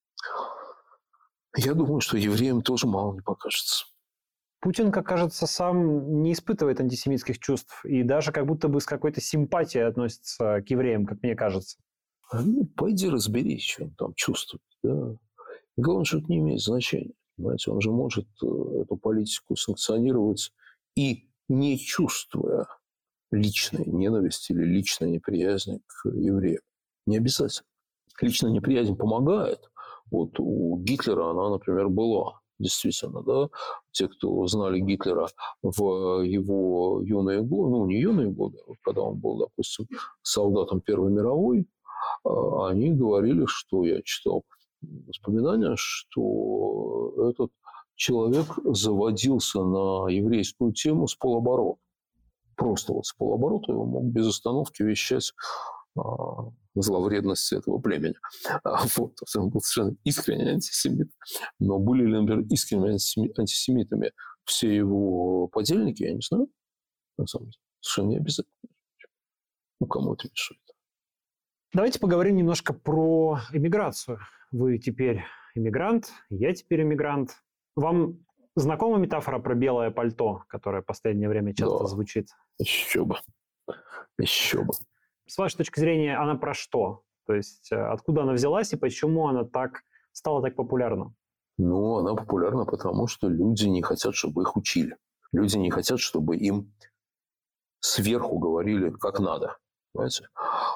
[SPEAKER 2] Я думаю, что евреям тоже мало не покажется.
[SPEAKER 1] Путин, как кажется, сам не испытывает антисемитских чувств и даже как будто бы с какой-то симпатией относится к евреям, как мне кажется.
[SPEAKER 2] Ну, пойди разберись, что он там чувствует. Да? И главное, что это не имеет значения. Понимаете, он же может эту политику санкционировать и не чувствуя личной ненависти или личной неприязни к евреям. Не обязательно. Личная неприязнь помогает. Вот у Гитлера она, например, была. Действительно, да. Те, кто знали Гитлера в его юные годы, ну, не юные годы, а когда он был, допустим, солдатом Первой мировой, они говорили, что я читал воспоминания, что этот человек заводился на еврейскую тему с полоборота. Просто вот с полоборота его мог без остановки вещать о зловредности этого племени. Вот. Он был совершенно искренний антисемит. Но были ли, например, искренними антисемитами все его подельники, я не знаю. На самом деле. Совершенно не обязательно. Ну, кому это мешает?
[SPEAKER 1] Давайте поговорим немножко про эмиграцию. Вы теперь эмигрант, я теперь эмигрант. Вам знакома метафора про белое пальто, которая в последнее время часто
[SPEAKER 2] Да.
[SPEAKER 1] звучит?
[SPEAKER 2] Еще бы. Еще бы.
[SPEAKER 1] С вашей точки зрения, она про что? То есть, откуда она взялась и почему она так стала так популярна?
[SPEAKER 2] Ну, она популярна, потому что люди не хотят, чтобы их учили. Люди не хотят, чтобы им сверху говорили, как надо. Понимаете?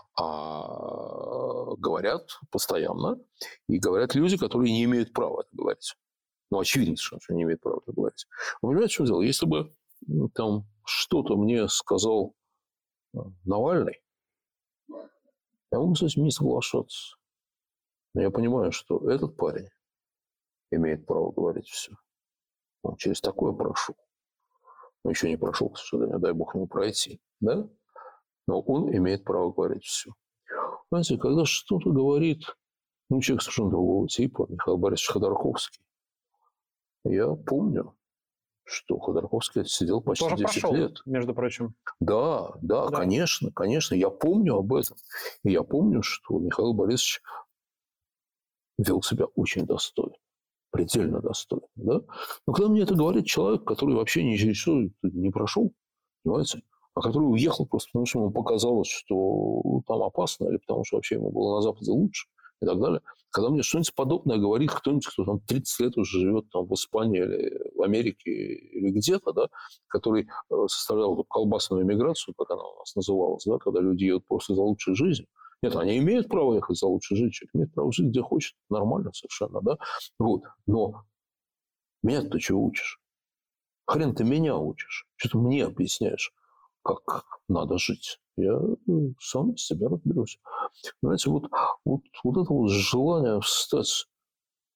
[SPEAKER 2] А говорят постоянно. И говорят люди, которые не имеют права это говорить. Ну, очевидно, что не имеют права это говорить. Вы понимаете, что дело? Если бы там что-то мне сказал Навальный, я могу с этим не соглашаться. Но я понимаю, что этот парень имеет право говорить все. Он через такое прошел. Он еще не прошел, к сожалению, дай бог ему пройти. Да? Но он имеет право говорить все. Знаете, когда что-то говорит ну, человек совершенно другого типа, Михаил Борисович Ходорковский, я помню, что Ходорковский сидел почти
[SPEAKER 1] Тоже
[SPEAKER 2] десять
[SPEAKER 1] прошел,
[SPEAKER 2] лет.
[SPEAKER 1] между прочим.
[SPEAKER 2] Да, да,
[SPEAKER 1] Да.
[SPEAKER 2] конечно, конечно. Я помню об этом. И я помню, что Михаил Борисович вел себя очень достойно. Предельно достойно. Да? Но когда мне это говорит человек, который вообще ни через что не прошел, понимаете, а который уехал просто потому, что ему показалось, что там опасно, или потому что вообще ему было на Западе лучше и так далее. Когда мне что-нибудь подобное говорит кто-нибудь, кто там тридцать лет уже живет там, в Испании или в Америке или где-то, да, который составлял вот, колбасную эмиграцию, как она у нас называлась, да, когда люди едут просто за лучшей жизнью. Нет, они имеют право ехать за лучшей жизнью, человек имеет право жить где хочет, нормально совершенно, да. Вот. Но меня ты чего учишь? Хрен ты меня учишь. Что ты мне объясняешь, как надо жить? Я сам из себя разберусь. Понимаете, вот, вот, вот это вот желание встать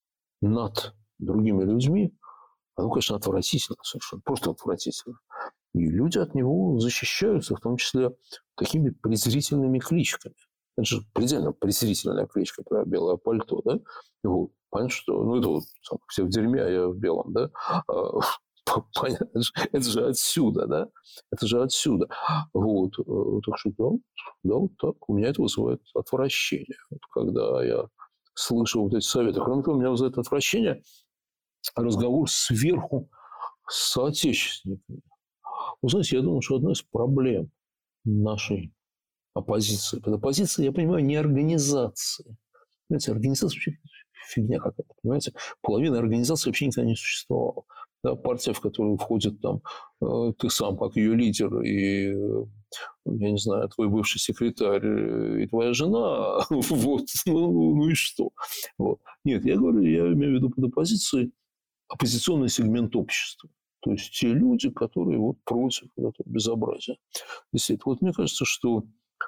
[SPEAKER 2] над другими людьми, оно, конечно, отвратительно совершенно. Просто отвратительно. И люди от него защищаются, в том числе такими презрительными кличками. Это же предельно презрительная кличка про белое пальто, да? Вот. Понятно, что... Ну, это вот все в дерьме, а я в белом, да? Понятно, это же, это же отсюда, да? Это же отсюда. Вот. Так что, да, да, вот так. У меня это вызывает отвращение. Вот когда я слышу вот эти советы. Кроме того, у меня вызывает отвращение разговор сверху с соотечественниками. Вы знаете, я думаю, что одна из проблем нашей оппозиции, под оппозицией, я понимаю, не организации. Знаете, организация вообще фигня какая-то, понимаете? Половина организации вообще никогда не существовала. Да, партия, в которую входит там э, ты сам как ее лидер и, э, я не знаю, твой бывший секретарь и твоя жена, вот, ну, ну и что? Вот. Нет, я говорю, я имею в виду под оппозицией оппозиционный сегмент общества. То есть те люди, которые вот против этого безобразия. Действительно, вот мне кажется, что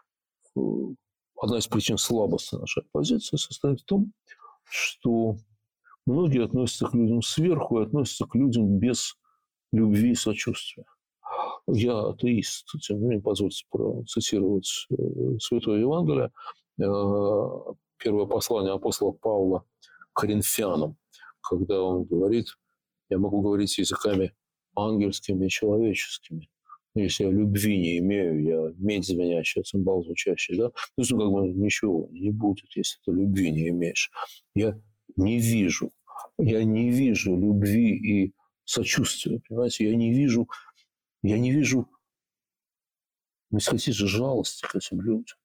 [SPEAKER 2] одна из причин слабости нашей оппозиции состоит в том, что многие относятся к людям сверху и относятся к людям без любви и сочувствия. Я атеист, тем не менее, позвольте процитировать Святое Евангелие, первое послание апостола Павла к Коринфянам, когда он говорит: я могу говорить языками ангельскими и человеческими. Но если я любви не имею, я медь звенящая, цимбал звучащий, да, ну, как бы ничего не будет, если ты любви не имеешь. Я не вижу, я не вижу любви и сочувствия, понимаете, я не вижу, я не вижу, ну, если хотите, жалости к этим людям.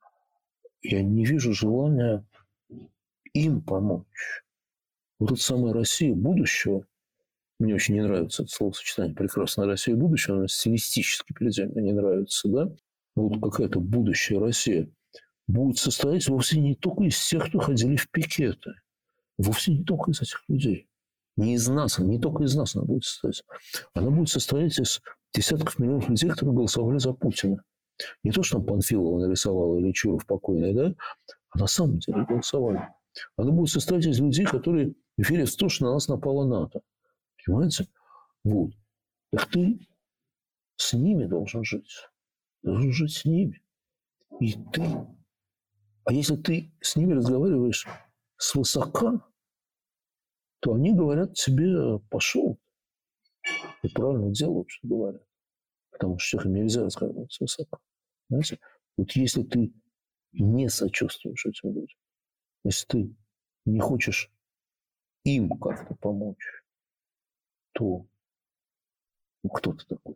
[SPEAKER 2] Я не вижу желания им помочь. Вот эта самая Россия будущего, мне очень не нравится это словосочетание «прекрасная Россия будущего», оно стилистически предельно не нравится, да? Вот какая-то будущая Россия будет состоять вовсе не только из тех, кто ходили в пикеты, вовсе не только из этих людей. Не из нас, не только из нас она будет состоять. Она будет состоять из десятков миллионов людей, которые голосовали за Путина. Не то, что там Панфилова нарисовала или Чуров покойный, да? А на самом деле голосовали. Она будет состоять из людей, которые верят в то, что на нас напала НАТО. Понимаете? Вот. Так ты с ними должен жить. Должен жить с ними. И ты... А если ты с ними разговариваешь свысока, то они говорят тебе: пошел. И правильно делают, что говорят. Потому что с человеком нельзя разговаривать свысока. Знаете? Вот если ты не сочувствуешь этим людям, если ты не хочешь им как-то помочь, то ну, кто ты такой?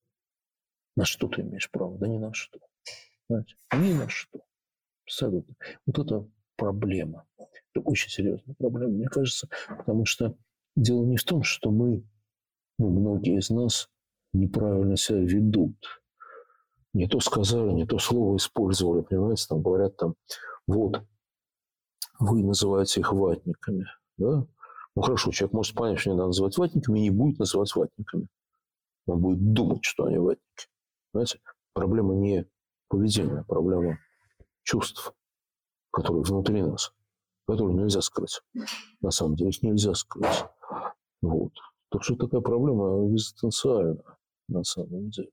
[SPEAKER 2] На что ты имеешь право? Да ни на что. Знаете? Ни на что. Абсолютно. Вот это проблема. Это очень серьезная проблема, мне кажется, потому что дело не в том, что мы, ну, многие из нас неправильно себя ведут. Не то сказали, не то слово использовали, понимаете, там говорят там, вот, вы называете их ватниками, да? Ну, хорошо, человек может понять, что не надо называть ватниками, и не будет называть ватниками. Он будет думать, что они ватники. Понимаете? Проблема не поведения, проблема чувств, которые внутри нас, которые нельзя скрыть. На самом деле их нельзя скрыть. Вот. Так что такая проблема экзистенциальная на самом деле.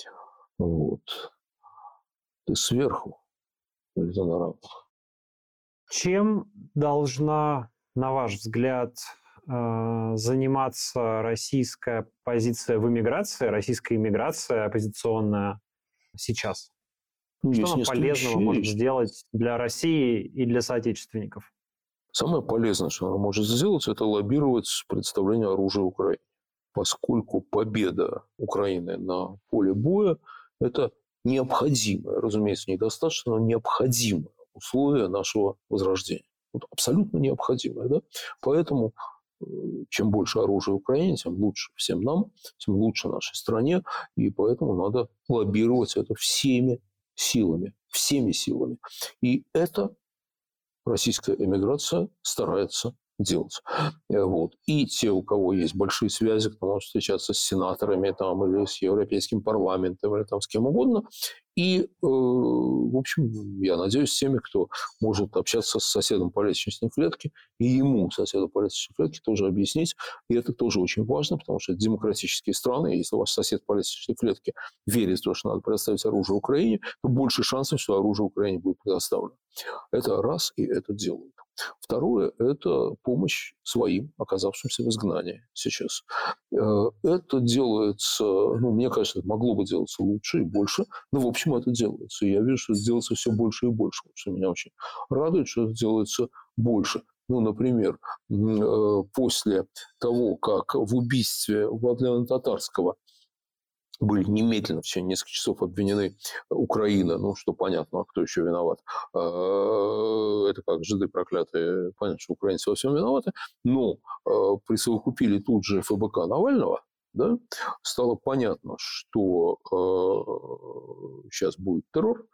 [SPEAKER 2] Вот. Ты сверху или ты на равных?
[SPEAKER 1] Чем должна, на ваш взгляд, заниматься российская позиция в эмиграции, российская иммиграция оппозиционная сейчас?
[SPEAKER 2] Ну,
[SPEAKER 1] что она полезного
[SPEAKER 2] вещей.
[SPEAKER 1] может сделать для России и для соотечественников?
[SPEAKER 2] Самое полезное, что она может сделать, это лоббировать представление оружия Украины. Поскольку победа Украины на поле боя – это необходимое, разумеется, недостаточно, но необходимое условие нашего возрождения. Вот абсолютно необходимое. Да? Поэтому чем больше оружия Украине, тем лучше всем нам, тем лучше нашей стране. И поэтому надо лоббировать это всеми силами. Всеми силами. И это российская эмиграция старается делать. Вот. И те, у кого есть большие связи, кто может встречаться с сенаторами там, или с Европейским парламентом, или там, с кем угодно. И, э, в общем, я надеюсь, с теми, кто может общаться с соседом по лестничной клетке, и ему, соседу по лестничной клетке, тоже объяснить. И это тоже очень важно, потому что это демократические страны. И если ваш сосед по лестничной клетке верит в то, что надо предоставить оружие Украине, то больше шансов, что оружие Украине будет предоставлено. Это раз, и это делают. Второе – это помощь своим, оказавшимся в изгнании сейчас. Это делается, ну, мне кажется, это могло бы делаться лучше и больше, но, в общем, это делается. И я вижу, что это делается все больше и больше, что меня очень радует, что это делается больше. Ну, например, после того, как в убийстве Владлена Татарского были немедленно в течение нескольких часов обвинены Украина, ну, что понятно, а кто еще виноват? Это как жиды проклятые, понятно, что украинцы во всем виноваты, но присовокупили тут же эф бэ ка Навального, да, стало понятно, что э, сейчас будет террор,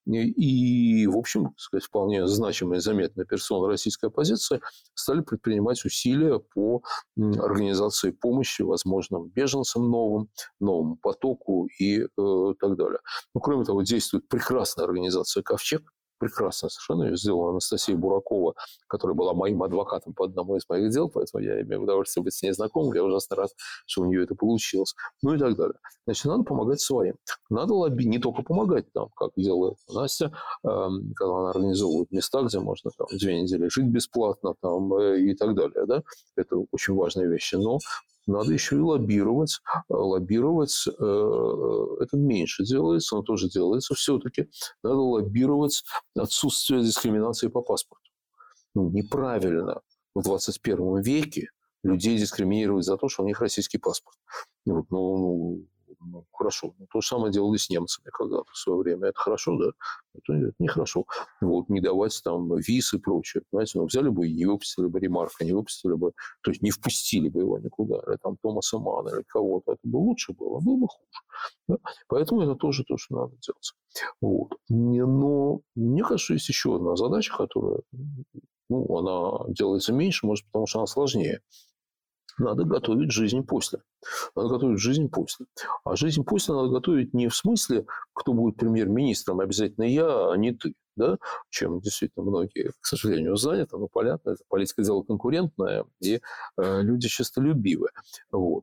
[SPEAKER 2] и, в общем, так сказать, вполне значимые и заметные персоны российской оппозиции стали предпринимать усилия по организации помощи возможным беженцам новым, новому потоку и э, так далее. Ну, кроме того, действует прекрасная организация «Ковчег», прекрасно совершенно ее сделала Анастасия Буракова, которая была моим адвокатом по одному из моих дел, поэтому я имею удовольствие быть с ней знакомым, я ужасно рад, что у нее это получилось, ну и так далее. Значит, надо помогать своим. Надо лобби... не только помогать там, как делает Настя, э, когда она организовывает места, где можно там две недели жить бесплатно там, э, и так далее. Да? Это очень важные вещи. Но надо еще и лоббировать. Лоббировать э, это меньше делается, но тоже делается все-таки. Надо лоббировать отсутствие дискриминации по паспорту. Ну, неправильно в двадцать первом веке людей дискриминировать за то, что у них российский паспорт. Ну, ну, ну хорошо. То же самое делали с немцами когда-то в свое время. Это хорошо, да? Это, это нехорошо. Вот, не давать там виз и прочее. Понимаете, ну, взяли бы и не выпустили бы Ремарка, не выпустили бы, то есть не впустили бы его никуда, или там Томаса Мана, или кого-то. Это бы лучше было, было бы хуже. Да? Поэтому это тоже то, что надо делать. Вот. Но мне кажется, есть еще одна задача, которая, ну, она делается меньше, может, потому что она сложнее. Надо готовить жизнь после. Надо готовить жизнь после. А жизнь после надо готовить не в смысле, кто будет премьер-министром, обязательно я, а не ты. Да? Чем действительно многие, к сожалению, заняты. Ну, понятно, это политика дело конкурентное, и э, люди честолюбивые. Вот.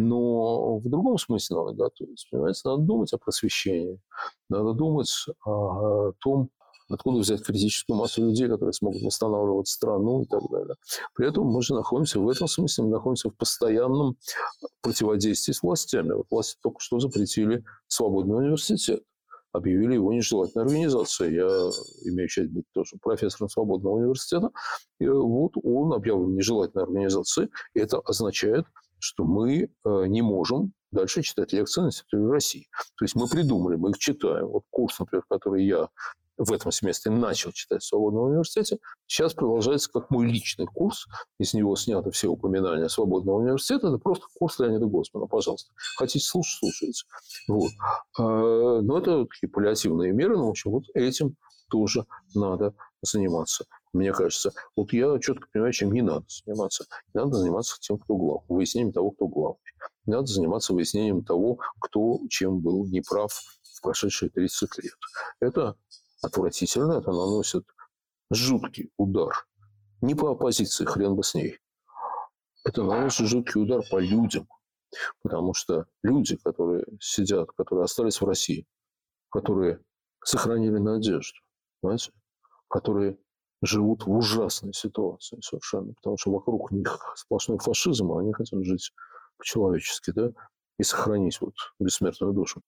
[SPEAKER 2] Но в другом смысле надо готовить. Понимаете? Надо думать о просвещении. Надо думать о том, откуда взять критическую массу людей, которые смогут восстанавливать страну и так далее. При этом мы же находимся в этом смысле, мы находимся в постоянном противодействии с властями. Вот власти только что запретили свободный университет. Объявили его нежелательной организацией. Я имею честь быть тоже профессором свободного университета. И вот он объявлен нежелательной организацией. И это означает, что мы не можем дальше читать лекции на территории России. То есть мы придумали, мы их читаем. Вот курс, например, который я в этом семестре начал читать в Свободном университете, сейчас продолжается как мой личный курс. Из него сняты все упоминания Свободного университета. Это просто курс Леонида Госмана, пожалуйста. Хотите слушать, слушайте. Вот. Но это такие паллиативные меры, но в общем, вот этим тоже надо заниматься. Мне кажется, вот я четко понимаю, чем не надо заниматься. Не надо заниматься тем, кто главный, выяснением того, кто главный. Не надо заниматься выяснением того, кто чем был неправ в прошедшие тридцать лет. Это отвратительно, это наносит жуткий удар. Не по оппозиции, хрен бы с ней. Это наносит жуткий удар по людям. Потому что люди, которые сидят, которые остались в России, которые сохранили надежду, понимаете, которые живут в ужасной ситуации совершенно, потому что вокруг них сплошной фашизм, а они хотят жить по-человечески, да, и сохранить вот бессмертную душу.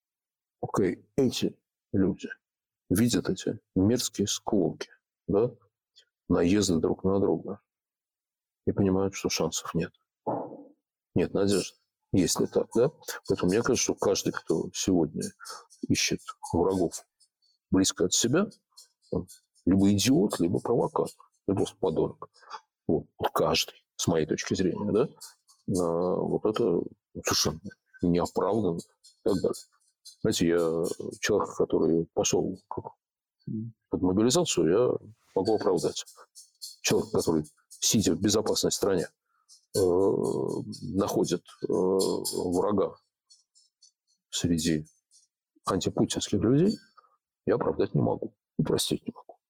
[SPEAKER 2] Окей, эти люди видят эти мерзкие склоки, да, наезды друг на друга и понимают, что шансов нет. Нет надежды, если так, да. Поэтому мне кажется, что каждый, кто сегодня ищет врагов близко от себя, он либо идиот, либо провокатор, либо подонок. Вот. Каждый, с моей точки зрения, да, вот это совершенно неоправданно и так далее. Знаете, я человек, который пошел под мобилизацию, я могу оправдать. Человек, который сидя в безопасной стране, э, находит э, врага среди антипутинских людей, я оправдать не могу и простить не могу.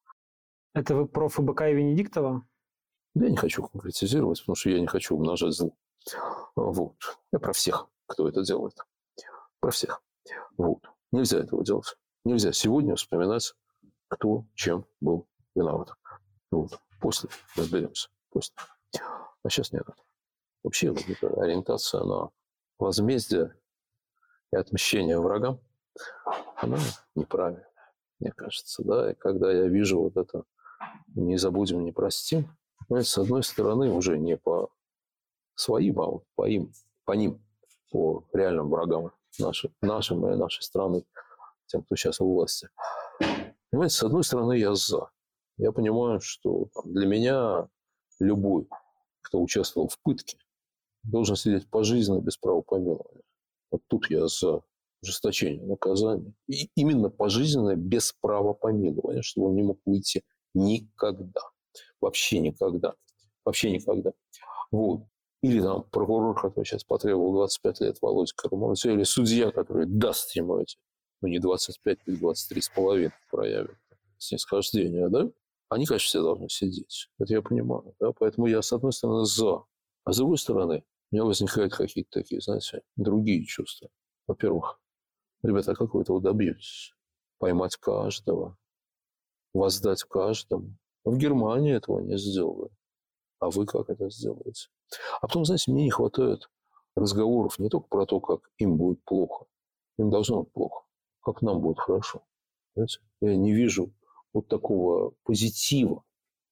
[SPEAKER 1] Это вы про ФБК и Венедиктова?
[SPEAKER 2] Да я не хочу конкретизировать, потому что я не хочу умножать зло. Вот. Я про всех, кто это делает. Про всех. Вот. Нельзя этого делать. Нельзя сегодня вспоминать, кто чем был виноват. Вот. После разберемся. После. А сейчас нет. Вообще вот эта ориентация на возмездие и отмщение врагам, она неправильная, мне кажется. Да? И когда я вижу вот это «не забудем, не простим», знаете, с одной стороны, уже не по своим, а вот по им, по ним, по реальным врагам нашей, нашим и нашей страны, тем, кто сейчас у власти. Понимаете, с одной стороны, я за. Я понимаю, что там, для меня любой, кто участвовал в пытке, должен сидеть пожизненно без права помилования. Вот тут я за ужесточение наказания. И именно пожизненно без права помилования, чтобы он не мог выйти никогда. Вообще никогда. Вообще никогда. Вот. Или там прокурор, который сейчас потребовал двадцать пять лет Володя Карамурзе, или судья, который даст ему эти, ну не двадцать пять, а двадцать три с половиной проявит снисхождение, да? Они, конечно, все должны сидеть. Это я понимаю. Да? Поэтому я, с одной стороны, за. А с другой стороны, у меня возникают какие-то такие, знаете, другие чувства. Во-первых, ребята, а как вы этого добьетесь? Поймать каждого, воздать каждому. В Германии этого не сделали. А вы как это сделаете? А потом, знаете, мне не хватает разговоров не только про то, как им будет плохо. Им должно быть плохо. Как нам будет хорошо. Знаете? Я не вижу вот такого позитива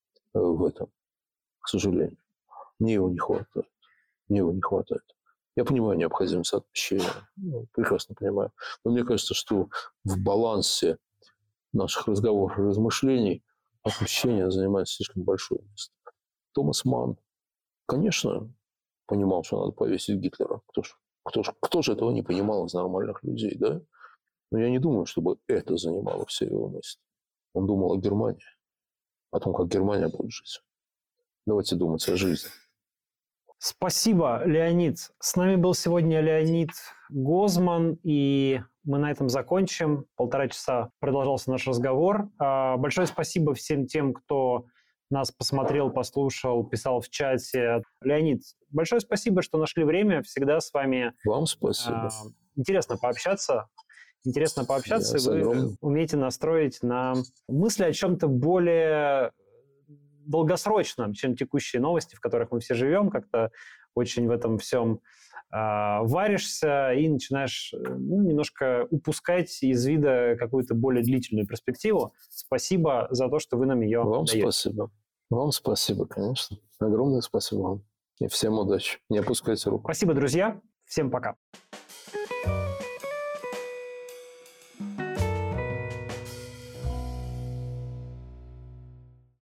[SPEAKER 2] в этом, к сожалению. Мне его не хватает. Мне его не хватает. Я понимаю необходимость отмщения. Ну, прекрасно понимаю. Но мне кажется, что в балансе наших разговоров и размышлений отмщение занимает слишком большое место. Томас Манн, конечно, понимал, что надо повесить Гитлера. Кто же, кто же, кто же этого не понимал из нормальных людей, да? Но я не думаю, чтобы это занимало все его мысли. Он думал о Германии, о том, как Германия будет жить. Давайте думать о жизни.
[SPEAKER 1] Спасибо, Леонид. С нами был сегодня Леонид Гозман, и мы на этом закончим. Полтора часа продолжался наш разговор. Большое спасибо всем тем, кто нас посмотрел, послушал, писал в чате. Леонид, большое спасибо, что нашли время. Всегда с вами
[SPEAKER 2] Вам спасибо.
[SPEAKER 1] Интересно пообщаться. Интересно пообщаться, и вы огромным. умеете настроить на мысли о чем-то более долгосрочном, чем текущие новости, в которых мы все живем. Как-то очень в этом всем э, варишься и начинаешь ну, немножко упускать из вида какую-то более длительную перспективу. Спасибо за то, что вы нам ее
[SPEAKER 2] Вам
[SPEAKER 1] даете.
[SPEAKER 2] спасибо. Вам спасибо, конечно. Огромное спасибо вам. И всем удачи. Не опускайте руку.
[SPEAKER 1] Спасибо, друзья. Всем пока.